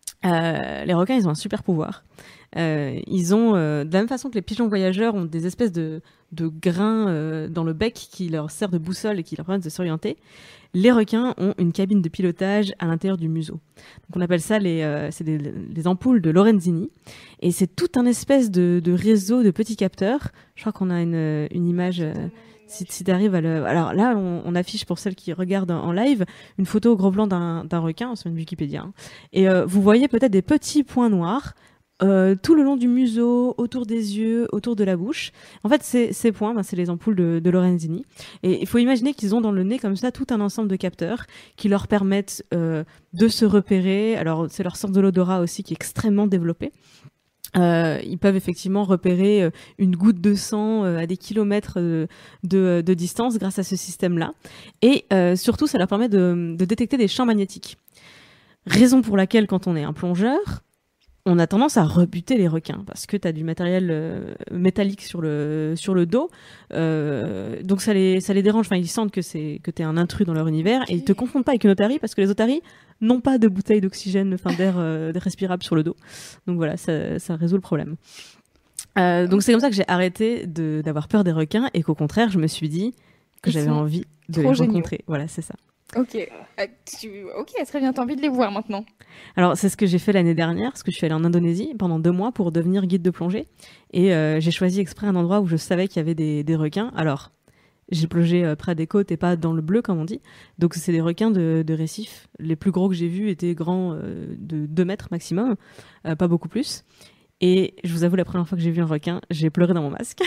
euh, les requins, ils ont un super pouvoir. Euh, ils ont, euh, de la même façon que les pigeons voyageurs ont des espèces de, de grains euh, dans le bec qui leur servent de boussole et qui leur permettent de s'orienter, les requins ont une cabine de pilotage à l'intérieur du museau. Donc on appelle ça les, euh, c'est des, les ampoules de Lorenzini. Et c'est tout un espèce de, de réseau de petits capteurs. Je crois qu'on a une, une image... Euh, Si, si t'arrives à le... Alors là, on, on affiche pour celles qui regardent en live une photo au gros plan d'un, d'un requin, c'est une Wikipédia. Hein. Et euh, vous voyez peut-être des petits points noirs euh, tout le long du museau, autour des yeux, autour de la bouche. En fait, ces, ces points, ben, c'est les ampoules de, de Lorenzini. Et il faut imaginer qu'ils ont dans le nez comme ça tout un ensemble de capteurs qui leur permettent euh, de se repérer. Alors, c'est leur sens de l'odorat aussi qui est extrêmement développé. Euh, ils peuvent effectivement repérer euh, une goutte de sang euh, à des kilomètres euh, de, de distance grâce à ce système-là. Et euh, surtout, ça leur permet de, de détecter des champs magnétiques. Raison pour laquelle, quand on est un plongeur, on a tendance à rebuter les requins parce que tu as du matériel euh, métallique sur le, sur le dos. Euh, donc ça les, ça les dérange. Enfin, ils sentent que, c'est, que tu es un intrus dans leur univers et ils te confondent pas avec une otarie parce que les otaries n'ont pas de bouteille d'oxygène, enfin d'air, euh, d'air respirable sur le dos. Donc voilà, ça, ça résout le problème. Euh, donc c'est comme ça que j'ai arrêté de, d'avoir peur des requins et qu'au contraire, je me suis dit que Ils j'avais sont envie de les trop géniaux. rencontrer. Voilà, c'est ça. Ok, euh, tu... ok, très bien, t'as envie de les voir maintenant. Alors, c'est ce que j'ai fait l'année dernière, parce que je suis allée en Indonésie pendant deux mois pour devenir guide de plongée. Et euh, j'ai choisi exprès un endroit où je savais qu'il y avait des, des requins. Alors, j'ai plongé euh, près des côtes et pas dans le bleu, comme on dit. Donc, c'est des requins de, de récif. Les plus gros que j'ai vus étaient grands euh, de deux mètres maximum, euh, pas beaucoup plus. Et je vous avoue, la première fois que j'ai vu un requin, j'ai pleuré dans mon masque.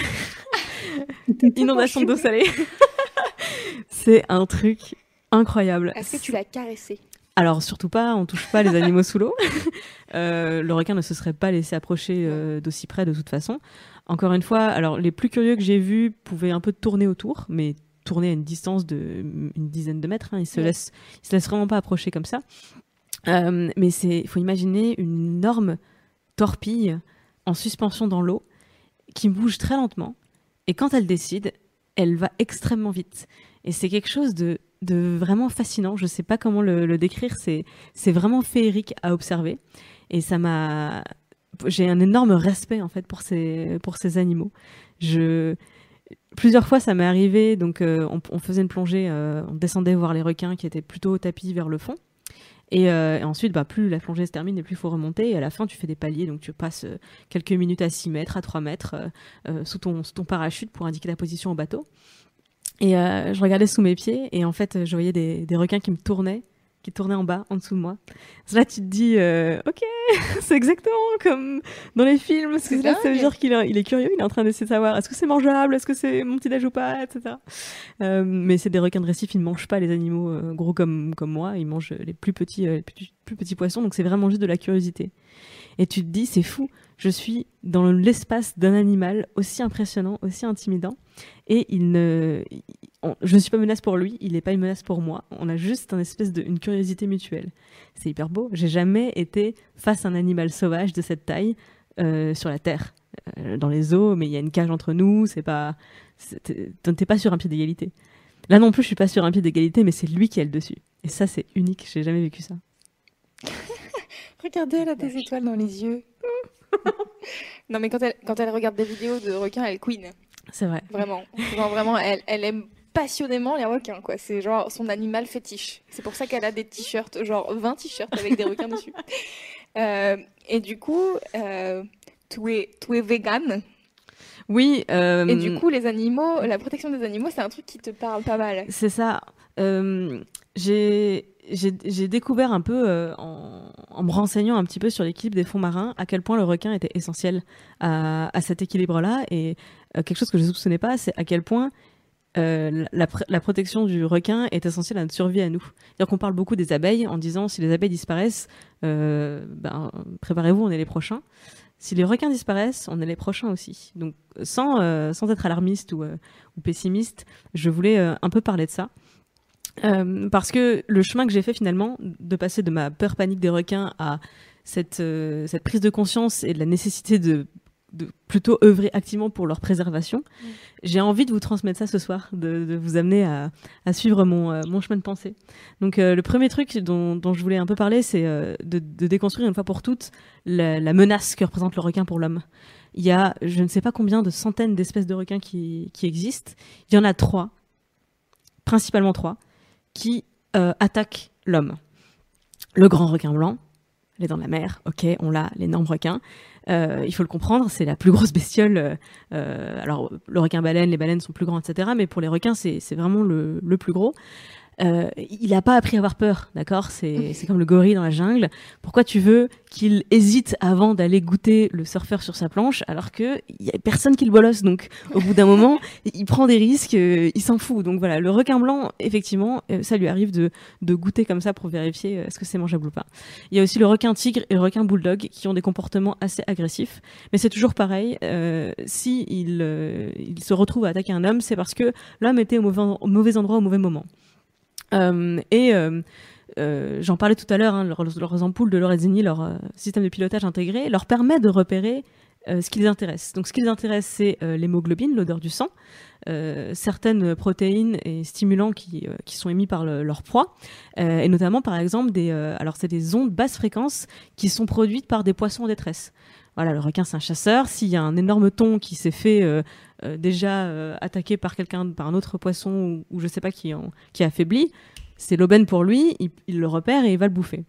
Inondation d'eau salée. C'est un truc incroyable. Est-ce que tu l'as caressé? Alors surtout pas, on touche pas les animaux sous l'eau. Euh, le requin ne se serait pas laissé approcher euh, d'aussi près de toute façon. Encore une fois, alors les plus curieux que j'ai vus pouvaient un peu tourner autour, mais tourner à une distance de une dizaine de mètres. Hein, ils se ouais. laissent, ils se laissent vraiment pas approcher comme ça. Euh, mais c'est, il faut imaginer une énorme torpille en suspension dans l'eau qui bouge très lentement. Et quand elle décide, elle va extrêmement vite. Et c'est quelque chose de de vraiment fascinant. Je sais pas comment le, le décrire. C'est, c'est vraiment féerique à observer. Et ça m'a... J'ai un énorme respect, en fait, pour ces, pour ces animaux. Je... Plusieurs fois, ça m'est arrivé. Donc, euh, on, on faisait une plongée. Euh, on descendait voir les requins qui étaient plutôt au tapis vers le fond. Et, euh, et ensuite, bah, plus la plongée se termine et plus il faut remonter. Et à la fin, tu fais des paliers. Donc, tu passes euh, quelques minutes à six mètres, à trois mètres, euh, euh, sous, ton, sous ton parachute pour indiquer la position au bateau. Et euh, je regardais sous mes pieds et en fait, je voyais des, des requins qui me tournaient, qui tournaient en bas, en dessous de moi. Là, tu te dis, euh, ok, c'est exactement comme dans les films. Parce que là, ça veut dire qu'il est, il est curieux, il est en train d'essayer de savoir est-ce que c'est mangeable, est-ce que c'est mon petit déj ou pas, et cetera. Euh, mais c'est des requins de récif, ils ne mangent pas les animaux euh, gros comme, comme moi, ils mangent les plus petits, euh, les plus, plus petits poissons, donc c'est vraiment juste de la curiosité. Et tu te dis, c'est fou, je suis dans l'espace d'un animal aussi impressionnant, aussi intimidant, et il ne, il, on, je ne suis pas menace pour lui, il n'est pas une menace pour moi. On a juste un espèce de, une curiosité mutuelle. C'est hyper beau. J'ai jamais été face à un animal sauvage de cette taille euh, sur la terre, euh, dans les eaux, mais il y a une cage entre nous. C'est pas, c'est, t'es pas sur un pied d'égalité. Là non plus, je suis pas sur un pied d'égalité, mais c'est lui qui est le dessus. Et ça, c'est unique. J'ai jamais vécu ça. Regardez, elle a des étoiles dans les yeux. Non, mais quand elle, quand elle regarde des vidéos de requins, elle queen. C'est vrai. Vraiment. Genre, vraiment, elle, elle aime passionnément les requins, quoi. C'est genre son animal fétiche. C'est pour ça qu'elle a des t-shirts, genre vingt t-shirts avec des requins dessus. Euh, et du coup, euh, tu es, tu es vegan. Oui. Euh... Et du coup, les animaux, la protection des animaux, c'est un truc qui te parle pas mal. C'est ça. Euh, j'ai... J'ai, j'ai découvert un peu, euh, en, en me renseignant un petit peu sur l'équilibre des fonds marins, à quel point le requin était essentiel à, à cet équilibre-là. Et euh, quelque chose que je ne soupçonnais pas, c'est à quel point euh, la, la protection du requin est essentielle à notre survie à nous. C'est-à-dire qu'on parle beaucoup des abeilles en disant si les abeilles disparaissent, euh, ben, préparez-vous, on est les prochains. Si les requins disparaissent, on est les prochains aussi. Donc, sans, euh, sans être alarmiste ou, euh, ou pessimiste, je voulais euh, un peu parler de ça. Euh, parce que le chemin que j'ai fait finalement, de passer de ma peur panique des requins à cette, euh, cette prise de conscience et de la nécessité de, de plutôt œuvrer activement pour leur préservation, mmh. j'ai envie de vous transmettre ça ce soir, de, de vous amener à, à suivre mon, euh, mon chemin de pensée. Donc euh, le premier truc dont, dont je voulais un peu parler, c'est euh, de, de déconstruire une fois pour toutes la, la menace que représente le requin pour l'homme. Il y a je ne sais pas combien de centaines d'espèces de requins qui, qui existent. Il y en a trois, principalement trois, qui euh, attaque l'homme. Le grand requin blanc, les dents de la mer, ok, on l'a, l'énorme requin. Euh, il faut le comprendre, c'est la plus grosse bestiole. Euh, alors, le requin baleine, les baleines sont plus grands, et cetera. Mais pour les requins, c'est, c'est vraiment le, le plus gros. Euh, il n'a pas appris à avoir peur, d'accord ? C'est, c'est comme le gorille dans la jungle. Pourquoi tu veux qu'il hésite avant d'aller goûter le surfeur sur sa planche alors qu'il n'y a personne qui le bolosse ? Donc, au bout d'un moment, il prend des risques, euh, il s'en fout. Donc voilà, le requin blanc, effectivement, euh, ça lui arrive de, de goûter comme ça pour vérifier euh, est-ce que c'est mangeable ou pas. Il y a aussi le requin tigre et le requin bulldog qui ont des comportements assez agressifs. Mais c'est toujours pareil, euh, si il, euh, il se retrouve à attaquer un homme, c'est parce que l'homme était au mauvais, au mauvais endroit au mauvais moment. Euh, et euh, euh, j'en parlais tout à l'heure, hein, leurs, leurs ampoules de Lorenzini, leur euh, système de pilotage intégré, leur permet de repérer euh, ce qui les intéresse. Donc ce qui les intéresse, c'est euh, l'hémoglobine, l'odeur du sang, euh, certaines protéines et stimulants qui, euh, qui sont émis par le, leur proie, euh, et notamment par exemple des, euh, alors c'est des ondes basse fréquence qui sont produites par des poissons en détresse. Voilà, le requin c'est un chasseur. S'il y a un énorme thon qui s'est fait euh, euh, déjà euh, attaquer par quelqu'un, par un autre poisson ou, ou je sais pas qui, en, qui est affaibli, c'est l'aubaine pour lui. Il, il le repère et il va le bouffer.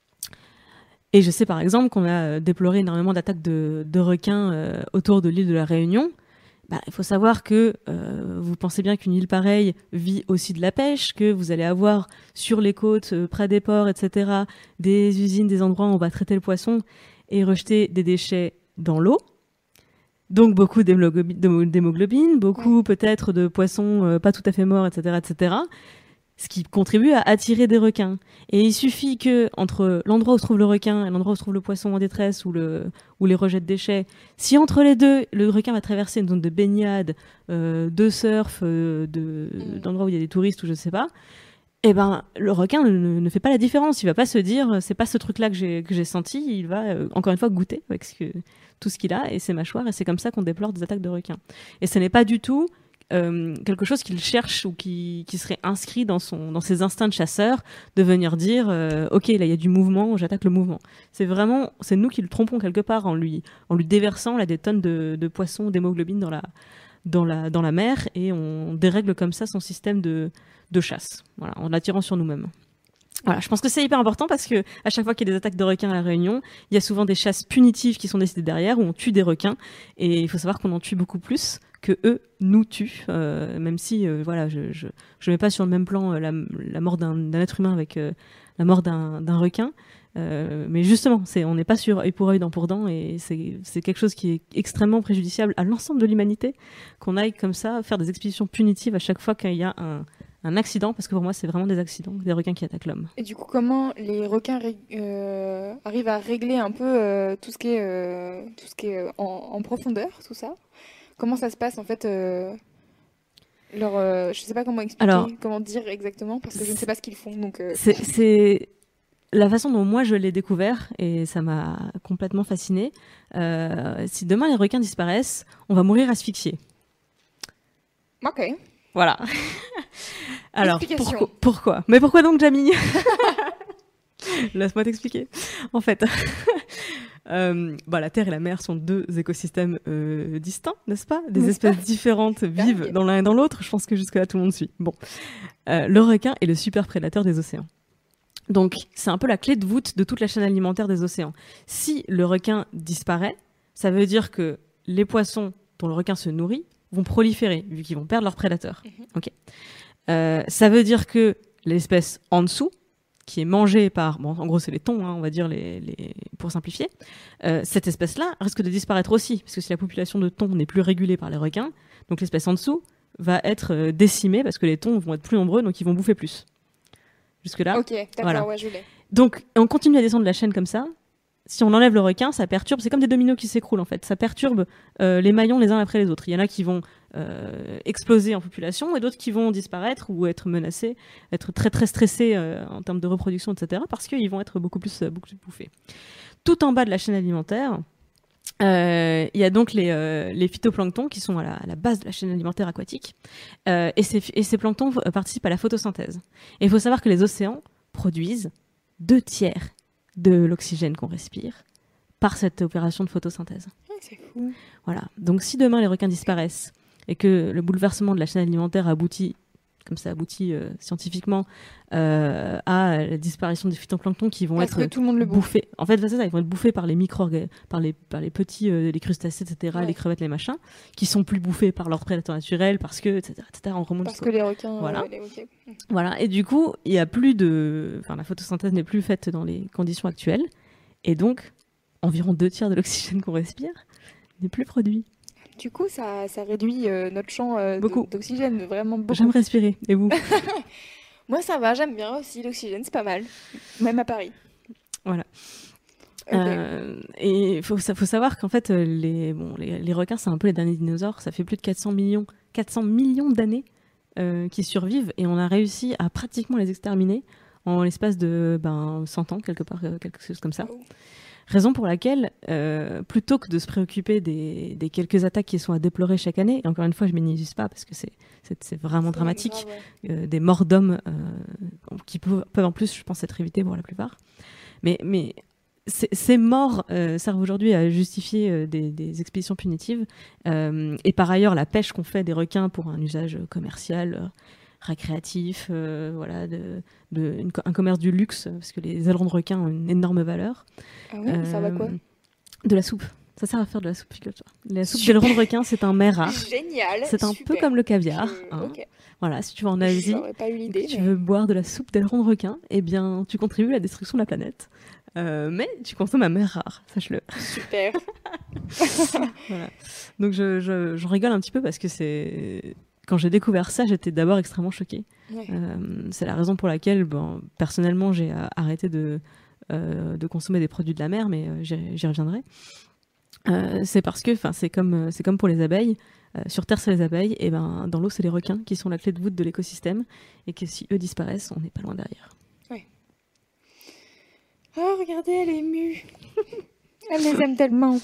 Et je sais par exemple qu'on a déploré énormément d'attaques de, de requins euh, autour de l'île de la Réunion. Bah, il faut savoir que euh, vous pensez bien qu'une île pareille vit aussi de la pêche, que vous allez avoir sur les côtes, euh, près des ports, et cetera, des usines, des endroits où on va traiter le poisson et rejeter des déchets dans l'eau. Donc beaucoup d'hémoglobine, beaucoup ouais. peut-être de poissons euh, pas tout à fait morts, et cetera, et cetera. Ce qui contribue à attirer des requins. Et il suffit que entre l'endroit où se trouve le requin et l'endroit où se trouve le poisson en détresse ou, le, ou les rejets de déchets, si entre les deux, le requin va traverser une zone de baignade, euh, de surf, euh, de, mmh. d'endroits où il y a des touristes ou je sais pas, eh ben, le requin ne, ne fait pas la différence. Il va pas se dire, c'est pas ce truc-là que j'ai, que j'ai senti. Il va, euh, encore une fois, goûter avec ce que, tout ce qu'il a et ses mâchoires. Et c'est comme ça qu'on déplore des attaques de requins. Et ce n'est pas du tout euh, quelque chose qu'il cherche ou qui, qui serait inscrit dans, son, dans ses instincts de chasseur, de venir dire, euh, OK, là, il y a du mouvement, j'attaque le mouvement. C'est vraiment, c'est nous qui le trompons quelque part en lui, en lui déversant là, des tonnes de, de poissons, d'hémoglobine dans la, dans la, dans la mer. Et on dérègle comme ça son système de de chasse, voilà, en l'attirant sur nous-mêmes. Voilà, je pense que c'est hyper important parce que à chaque fois qu'il y a des attaques de requins à la Réunion, il y a souvent des chasses punitives qui sont décidées derrière où on tue des requins et il faut savoir qu'on en tue beaucoup plus que eux nous tuent, euh, même si euh, voilà, je je je mets pas sur le même plan euh, la, la mort d'un, d'un être humain avec euh, la mort d'un, d'un requin. Euh, mais justement, c'est, on n'est pas sur œil pour œil, dent pour dent, et c'est, c'est quelque chose qui est extrêmement préjudiciable à l'ensemble de l'humanité, qu'on aille comme ça faire des expéditions punitives à chaque fois qu'il y a un, un accident, parce que pour moi, c'est vraiment des accidents, des requins qui attaquent l'homme. Et du coup, comment les requins ré- euh, arrivent à régler un peu euh, tout ce qui est, euh, tout ce qui est en, en profondeur, tout ça ? Comment ça se passe en fait euh, leur, euh, je sais pas comment expliquer, Alors, comment dire exactement, parce que je ne sais pas ce qu'ils font. Donc, euh... c'est, c'est... La façon dont moi je l'ai découvert, et ça m'a complètement fascinée, euh, si demain les requins disparaissent, on va mourir asphyxiés. Ok. Voilà. Alors, pourquoi, pourquoi Mais pourquoi donc, Jamie ? Laisse-moi t'expliquer. En fait, euh, bah, la Terre et la mer sont deux écosystèmes euh, distincts, n'est-ce pas ? Des n'est-ce espèces pas différentes vivent dans l'un et dans l'autre. Je pense que jusque-là, tout le monde suit. Bon. Euh, le requin est le super prédateur des océans. Donc, c'est un peu la clé de voûte de toute la chaîne alimentaire des océans. Si le requin disparaît, ça veut dire que les poissons dont le requin se nourrit vont proliférer, vu qu'ils vont perdre leurs prédateurs. Mm-hmm. Okay. Euh, ça veut dire que l'espèce en dessous, qui est mangée par... Bon, en gros, c'est les thons, hein, on va dire, les, les, pour simplifier. Euh, cette espèce-là risque de disparaître aussi, parce que si la population de thons n'est plus régulée par les requins, donc l'espèce en dessous va être décimée, parce que les thons vont être plus nombreux, donc ils vont bouffer plus. Jusque-là. Ok, d'accord, voilà. Ouais, je l'ai. Donc, on continue à descendre la chaîne comme ça. Si on enlève le requin, ça perturbe. C'est comme des dominos qui s'écroulent, en fait. Ça perturbe euh, les maillons les uns après les autres. Il y en a qui vont euh, exploser en population et d'autres qui vont disparaître ou être menacés, être très très stressés euh, en termes de reproduction, et cetera. Parce qu'ils vont être beaucoup plus, beaucoup plus bouffés. Tout en bas de la chaîne alimentaire, Euh, il y a donc les, euh, les phytoplanctons qui sont à la, à la base de la chaîne alimentaire aquatique euh, et, ces, et ces planctons euh, participent à la photosynthèse. Et il faut savoir que les océans produisent deux tiers de l'oxygène qu'on respire par cette opération de photosynthèse. Oh, c'est fou. Voilà. Donc si demain les requins disparaissent et que le bouleversement de la chaîne alimentaire aboutit comme ça aboutit euh, scientifiquement, euh, à la disparition des phytoplanctons qui vont Parce être que tout le monde le bouffe. bouffés. En fait, c'est ça, ils vont être bouffés par les micro par les, par les petits, euh, les crustacés, et cetera, Ouais. les crevettes, les machins, qui sont plus bouffés par leurs prédateurs naturels, parce que, et cetera, et cetera, on remonte Parce jusqu'au- que les requins. Voilà. euh, les- ok. Voilà, et du coup, il y a plus de, enfin, la photosynthèse n'est plus faite dans les conditions actuelles, et donc, environ deux tiers de l'oxygène qu'on respire n'est plus produit. Du coup, ça, ça réduit euh, notre champ euh, d- Beaucoup. d'oxygène, vraiment beaucoup. J'aime respirer, et vous? Moi, ça va, j'aime bien aussi l'oxygène, c'est pas mal. Même à Paris. Voilà. Ok. Euh, et il faut, sa- faut savoir qu'en fait, euh, les, bon, les, les requins, c'est un peu les derniers dinosaures. Ça fait plus de quatre cents millions, quatre cents millions d'années euh, qu'ils survivent. Et on a réussi à pratiquement les exterminer en l'espace de ben, cent ans, quelque part, euh, quelque chose comme ça. Oh. Raison pour laquelle, euh, plutôt que de se préoccuper des, des quelques attaques qui sont à déplorer chaque année, et encore une fois, je ne minimise pas parce que c'est, c'est, c'est vraiment C'est dramatique, grave, ouais. euh, des morts d'hommes euh, qui peuvent, peuvent en plus, je pense, être évitées pour la plupart. Mais, mais ces, ces morts euh, servent aujourd'hui à justifier euh, des, des expéditions punitives. Euh, et par ailleurs, la pêche qu'on fait des requins pour un usage commercial, euh, récréatif, euh, voilà, de, de, une, un commerce du luxe, parce que les ailerons de requins ont une énorme valeur. Ah oui, ça va quoi? Euh, De la soupe. Ça sert à faire de la soupe, figure-toi. La soupe Super. d'aileron de requin, c'est un mets rare. Génial. C'est un super. peu comme le caviar. Je- hein. ok. Voilà, si tu vas en Asie, J'aurais pas eu et l'idée. que tu mais- veux boire de la soupe d'aileron de requin, eh bien, tu contribues à la destruction de la planète. Euh, mais tu consommes un mets rare, sache-le. Super. Voilà. Donc je, je, j'en rigole un petit peu parce que c'est... Quand j'ai découvert ça, j'étais d'abord extrêmement choquée. Ouais. Euh, c'est la raison pour laquelle, bon, personnellement, j'ai euh, arrêté de, euh, de consommer des produits de la mer, mais euh, j'y, j'y reviendrai. Euh, c'est parce que, enfin, c'est comme, euh, c'est comme pour les abeilles. Euh, sur Terre, c'est les abeilles, et ben dans l'eau, c'est les requins qui sont la clé de voûte de l'écosystème, et que si eux disparaissent, on n'est pas loin derrière. Oh, regardez, elle est émue. Elle les aime tellement.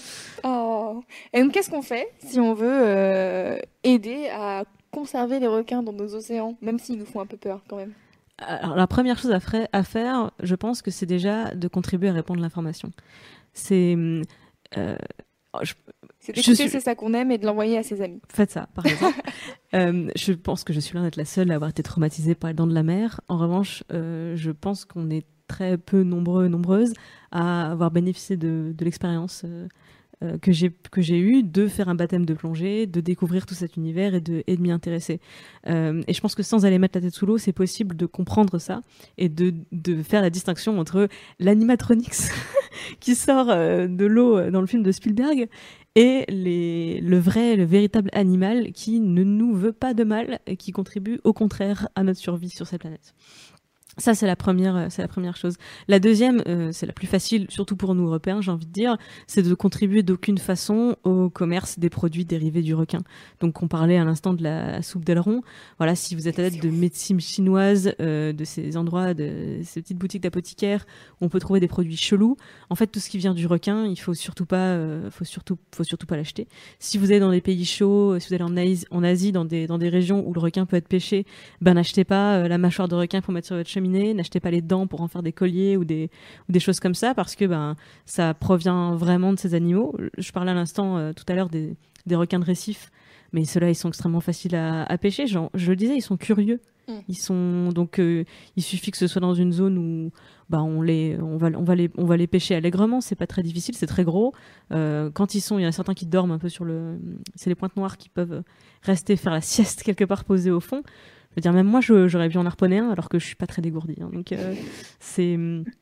Oh. Et donc, qu'est-ce qu'on fait si on veut euh, aider à conserver les requins dans nos océans, même s'ils nous font un peu peur quand même? Alors, la première chose à, fra- à faire, je pense que c'est déjà de contribuer à répandre l'information. C'est... Euh, je, C'est Je d'écouter suis- C'est ça qu'on aime et de l'envoyer à ses amis. Faites ça, par exemple. Euh, je pense que je suis loin d'être la seule à avoir été traumatisée par les dents de la mer. En revanche, euh, je pense qu'on est très peu nombreux, nombreuses à avoir bénéficié de, de l'expérience euh, euh, que j'ai que j'ai eue de faire un baptême de plongée, de découvrir tout cet univers et de, et de m'y intéresser. Euh, et je pense que sans aller mettre la tête sous l'eau, c'est possible de comprendre ça et de, de faire la distinction entre l'animatronics qui sort euh, de l'eau euh, dans le film de Spielberg et les, le vrai, le véritable animal qui ne nous veut pas de mal et qui contribue au contraire à notre survie sur cette planète. Ça, c'est la première, euh, c'est la première chose. La deuxième, euh, c'est la plus facile, surtout pour nous Européens, j'ai envie de dire, c'est de contribuer d'aucune façon au commerce des produits dérivés du requin. Donc, on parlait à l'instant de la soupe d'aileron. Voilà, si vous êtes adepte de médecine chinoise, euh, de ces endroits, de ces petites boutiques d'apothicaires où on peut trouver des produits chelous, en fait, tout ce qui vient du requin, il faut surtout pas, euh, faut surtout, faut surtout pas l'acheter. Si vous êtes dans des pays chauds, si vous allez en Asie, en Asie, dans des, dans des régions où le requin peut être pêché, ben n'achetez pas euh, la mâchoire de requin pour mettre sur votre cheminée. N'achetez pas les dents pour en faire des colliers ou des, ou des choses comme ça parce que ben, ça provient vraiment de ces animaux. Je parlais à l'instant euh, tout à l'heure des, des requins de récif, mais ceux-là ils sont extrêmement faciles à, à pêcher. Genre, je le disais, ils sont curieux. Mm. Ils sont donc euh, il suffit que ce soit dans une zone où bah on les on va on va les on va les pêcher allègrement. C'est pas très difficile, c'est très gros. Euh, quand ils sont, il y en a certains qui dorment un peu sur le. C'est les pointes noires qui peuvent rester faire la sieste quelque part posée au fond. Je veux dire, même moi, je, j'aurais pu en harponner un, alors que je suis pas très dégourdie. Hein. Donc, euh, c'est,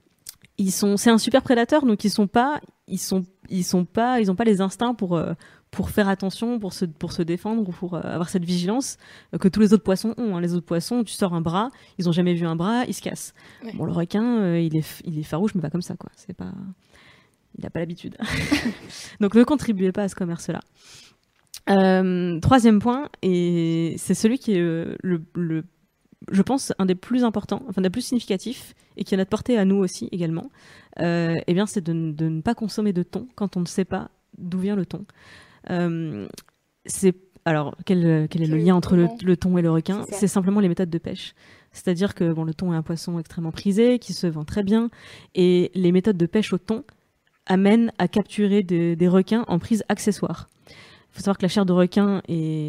ils sont, c'est un super prédateur, donc ils sont pas, ils sont, ils sont pas, ils ont pas les instincts pour, euh, pour faire attention, pour se, pour se défendre ou pour euh, avoir cette vigilance euh, que tous les autres poissons ont. Hein. Les autres poissons, tu sors un bras, ils ont jamais vu un bras, ils se cassent. Ouais. Bon, le requin, euh, il est, il est farouche, mais pas comme ça, quoi. C'est pas, il a pas l'habitude. Donc, ne contribuez pas à ce commerce-là. Euh, troisième point, et c'est celui qui est euh, le, le, je pense, un des plus importants, enfin des plus significatifs, et qui a notre portée à nous aussi également. Euh, eh bien, c'est de, de ne pas consommer de thon quand on ne sait pas d'où vient le thon. Euh, c'est alors quel, quel est le Quel- lien entre le, comment le thon et le requin? C'est ça. C'est simplement les méthodes de pêche. C'est-à-dire que bon, le thon est un poisson extrêmement prisé, qui se vend très bien, et les méthodes de pêche au thon amènent à capturer des, des requins en prise accessoire. Il faut savoir que la chair de requin est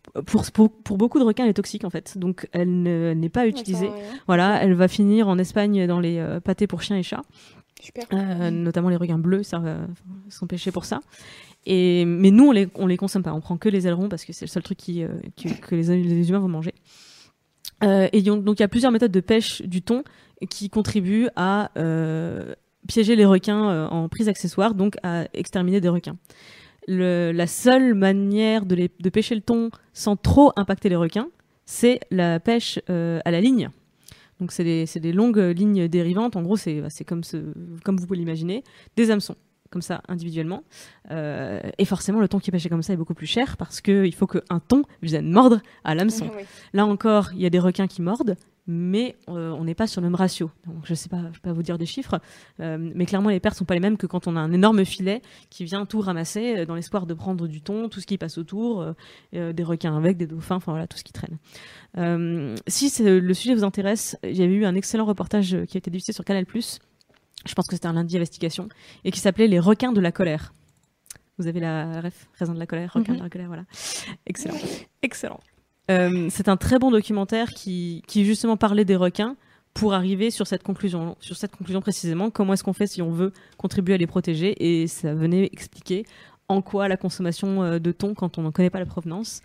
pour, pour, pour beaucoup de requins, elle est toxique en fait, donc elle ne- elle n'est pas utilisée. Voilà, elle va finir en Espagne dans les euh, pâtés pour chiens et chats. Super. Euh, notamment les requins bleus servent, euh, sont pêchés pour ça. Et, mais nous, on les, on les consomme pas. On prend que les ailerons parce que c'est le seul truc qui, euh, qui- que les, les humains vont manger. Euh, et donc, donc, il y a plusieurs méthodes de pêche du thon qui contribuent à euh, piéger les requins euh, en prise accessoire, donc à exterminer des requins. Le, la seule manière de, les, de pêcher le thon sans trop impacter les requins, c'est la pêche euh, à la ligne. Donc c'est des, c'est des longues lignes dérivantes. En gros, c'est, c'est comme, ce, comme vous pouvez l'imaginer, des hameçons, comme ça, individuellement. Euh, et forcément, le thon qui est pêché comme ça est beaucoup plus cher parce qu'il faut qu'un thon vienne mordre à l'hameçon. Oui. Là encore, il y a des requins qui mordent, mais euh, on n'est pas sur le même ratio. Donc, je ne sais pas, je vais pas vous dire des chiffres, euh, mais clairement, les pertes sont pas les mêmes que quand on a un énorme filet qui vient tout ramasser euh, dans l'espoir de prendre du thon, tout ce qui passe autour, euh, euh, des requins avec, des dauphins, enfin voilà, tout ce qui traîne. Euh, si c'est- le sujet vous intéresse, il y avait eu un excellent reportage qui a été diffusé sur Canal plus, je pense que c'était un lundi investigation, et qui s'appelait Les requins de la colère. Vous avez la ref, raison de la colère, requin Mhm. de la colère, voilà. Excellent, excellent. Euh, c'est un très bon documentaire qui, qui justement parlait des requins pour arriver sur cette conclusion, sur cette conclusion précisément, comment est-ce qu'on fait si on veut contribuer à les protéger, et ça venait expliquer en quoi la consommation euh, de thon, quand on n'en connaît pas la provenance,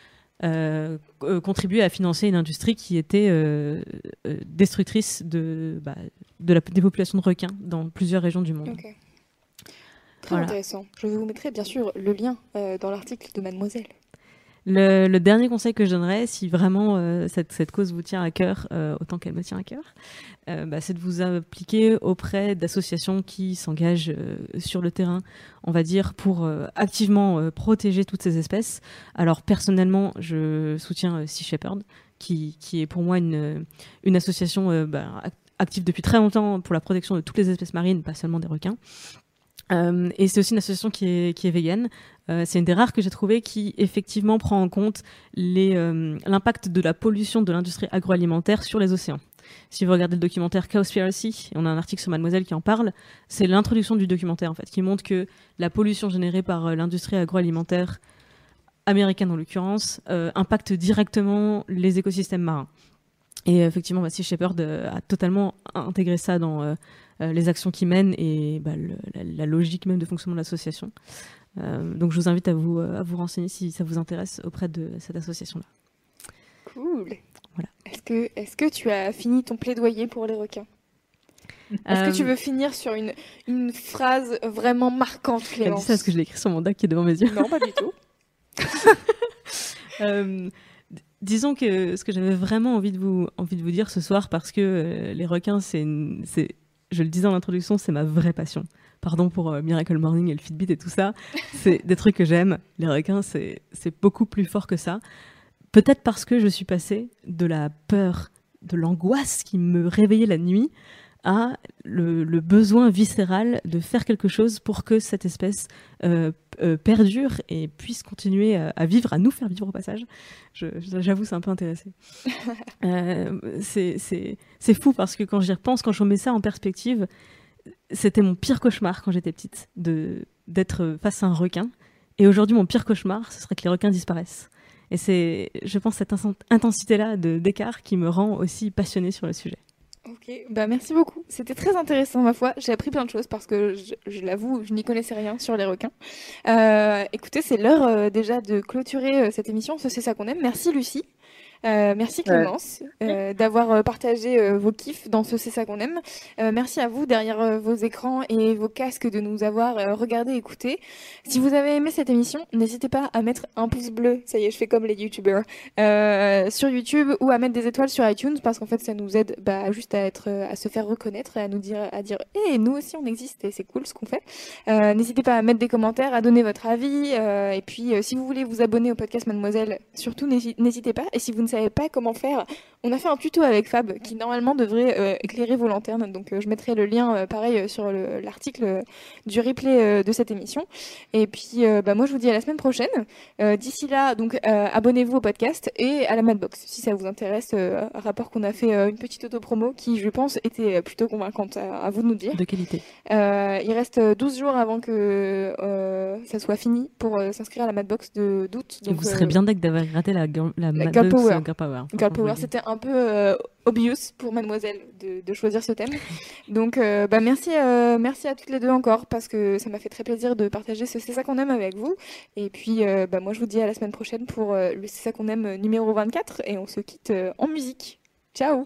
euh, euh, contribuait à financer une industrie qui était euh, euh, destructrice de, bah, de la, des populations de requins dans plusieurs régions du monde. Ok. Très Voilà. intéressant. Je vous mettrai bien sûr le lien euh, dans l'article de Mademoiselle. Le, le dernier conseil que je donnerais, si vraiment euh, cette, cette cause vous tient à cœur, euh, autant qu'elle me tient à cœur, euh, bah, c'est de vous appliquer auprès d'associations qui s'engagent euh, sur le terrain, on va dire, pour euh, activement euh, protéger toutes ces espèces. Alors personnellement, je soutiens euh, Sea Shepherd, qui, qui est pour moi une, une association euh, bah, ac- active depuis très longtemps pour la protection de toutes les espèces marines, pas seulement des requins. Euh, et c'est aussi une association qui est, qui est végane. Euh, c'est une des rares que j'ai trouvées qui effectivement prend en compte les, euh, l'impact de la pollution de l'industrie agroalimentaire sur les océans. Si vous regardez le documentaire Cowspiracy, on a un article sur Mademoiselle qui en parle, c'est l'introduction du documentaire en fait, qui montre que la pollution générée par euh, l'industrie agroalimentaire américaine en l'occurrence euh, impacte directement les écosystèmes marins. Et euh, effectivement, bah, Sea Shepherd euh, a totalement intégré ça dans euh, euh, les actions qu'il mène et bah, le, la, la logique même de fonctionnement de l'association. Euh, donc je vous invite à vous, euh, à vous renseigner si ça vous intéresse auprès de cette association-là. Cool. Voilà. Est-ce que, est-ce que tu as fini ton plaidoyer pour les requins? Est-ce que tu Euh, veux finir sur une, une phrase vraiment marquante, Elle dit Clémence? ça parce que je l'ai écrit sur mon doc qui est devant mes yeux. Non, pas du tout. Euh, d- disons que ce que j'avais vraiment envie de vous, envie de vous dire ce soir, parce que euh, les requins, c'est, une- c'est, je le disais en introduction, c'est ma vraie passion. Pardon pour euh, Miracle Morning et le Fitbit et tout ça. C'est des trucs que j'aime. Les requins, c'est, c'est beaucoup plus fort que ça. Peut-être parce que je suis passée de la peur, de l'angoisse qui me réveillait la nuit, à le, le besoin viscéral de faire quelque chose pour que cette espèce euh, euh, perdure et puisse continuer à, à vivre, à nous faire vivre au passage. Je, j'avoue, c'est un peu intéressé. euh, c'est, c'est, c'est fou parce que quand j'y repense, quand je remets ça en perspective, c'était mon pire cauchemar quand j'étais petite, de, d'être face à un requin. Et aujourd'hui, mon pire cauchemar, ce serait que les requins disparaissent. Et c'est, je pense, cette intensité-là de, d'écart qui me rend aussi passionnée sur le sujet. Ok, bah merci beaucoup. C'était très intéressant, ma foi. J'ai appris plein de choses parce que, je, je l'avoue, je n'y connaissais rien sur les requins. Euh, écoutez, c'est l'heure euh, déjà de clôturer euh, cette émission. Ce, c'est ça qu'on aime. Merci, Lucie. Euh, merci Clémence euh, d'avoir euh, partagé euh, vos kiffs dans ce C'est ça qu'on aime. Euh, merci à vous derrière euh, vos écrans et vos casques de nous avoir euh, regardé, écouté. Si vous avez aimé cette émission, n'hésitez pas à mettre un pouce bleu, ça y est, je fais comme les youtubeurs, euh, sur YouTube ou à mettre des étoiles sur iTunes parce qu'en fait ça nous aide bah, juste à, être, à se faire reconnaître et à nous dire, à dire hey, nous aussi on existe et c'est cool ce qu'on fait. Euh, n'hésitez pas à mettre des commentaires, à donner votre avis euh, et puis euh, si vous voulez vous abonner au podcast Mademoiselle, surtout n'hésitez pas. Et si vous ne savez pas comment faire, On a fait un tuto avec Fab qui normalement devrait euh, éclairer vos lanternes. Donc euh, je mettrai le lien euh, pareil euh, sur le, l'article euh, du replay euh, de cette émission. Et puis euh, bah, moi je vous dis à la semaine prochaine. Euh, d'ici là, donc euh, abonnez-vous au podcast et à la Madbox si ça vous intéresse. Euh, un rapport qu'on a fait euh, une petite auto-promo qui je pense était plutôt convaincante. À, à vous de nous dire. De qualité. Euh, il reste douze jours avant que euh, ça soit fini pour euh, s'inscrire à la Madbox de d'août. Donc vous serez euh, bien deck d'avoir raté la, la, la Madbox Girl Power. Girl Power. Girl Power, c'était un peu euh, obvious pour Mademoiselle de, de choisir ce thème. Donc, euh, bah merci, euh, merci à toutes les deux encore parce que ça m'a fait très plaisir de partager ce C'est ça qu'on aime avec vous. Et puis, euh, bah moi, je vous dis à la semaine prochaine pour euh, le C'est ça qu'on aime numéro vingt-quatre et on se quitte euh, en musique. Ciao.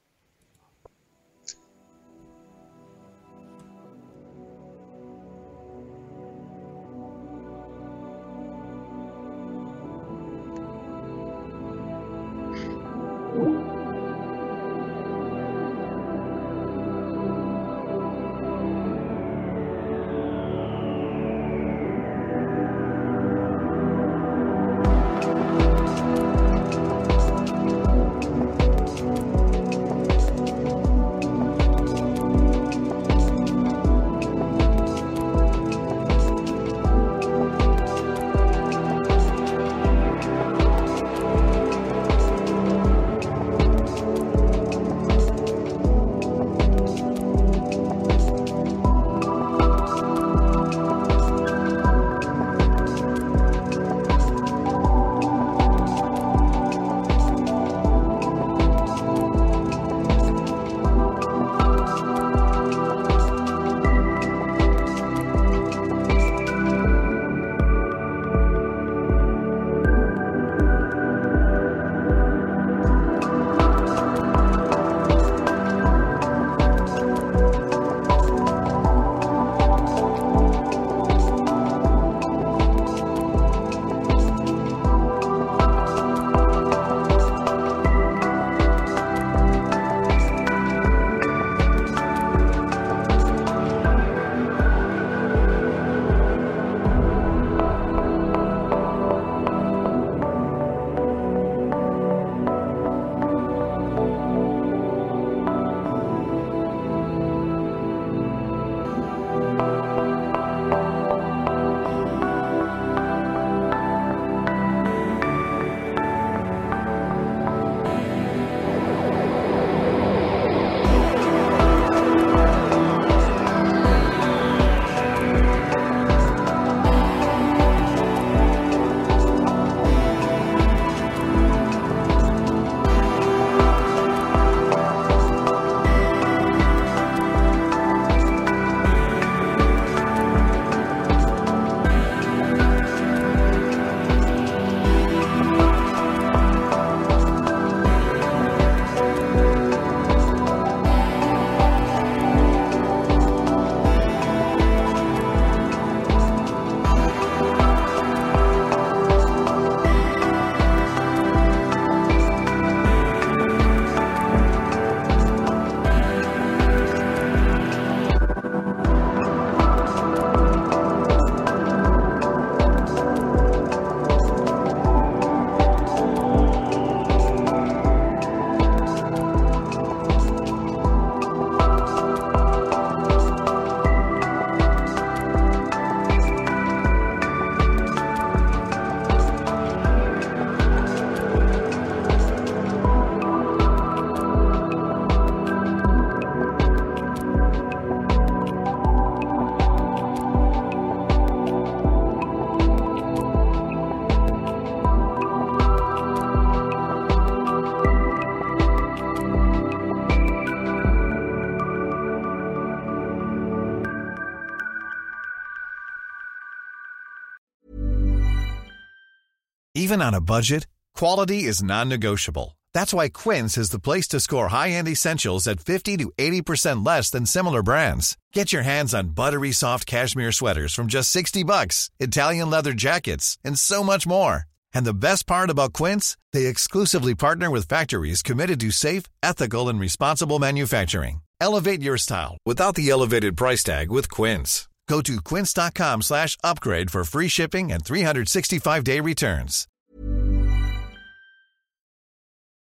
Even on a budget, quality is non-negotiable. That's why Quince is the place to score high-end essentials at fifty to eighty percent less than similar brands. Get your hands on buttery soft cashmere sweaters from just sixty bucks, Italian leather jackets, and so much more. And the best part about Quince, they exclusively partner with factories committed to safe, ethical, and responsible manufacturing. Elevate your style without the elevated price tag with Quince. Go to quince.com slash upgrade for free shipping and three sixty-five day returns.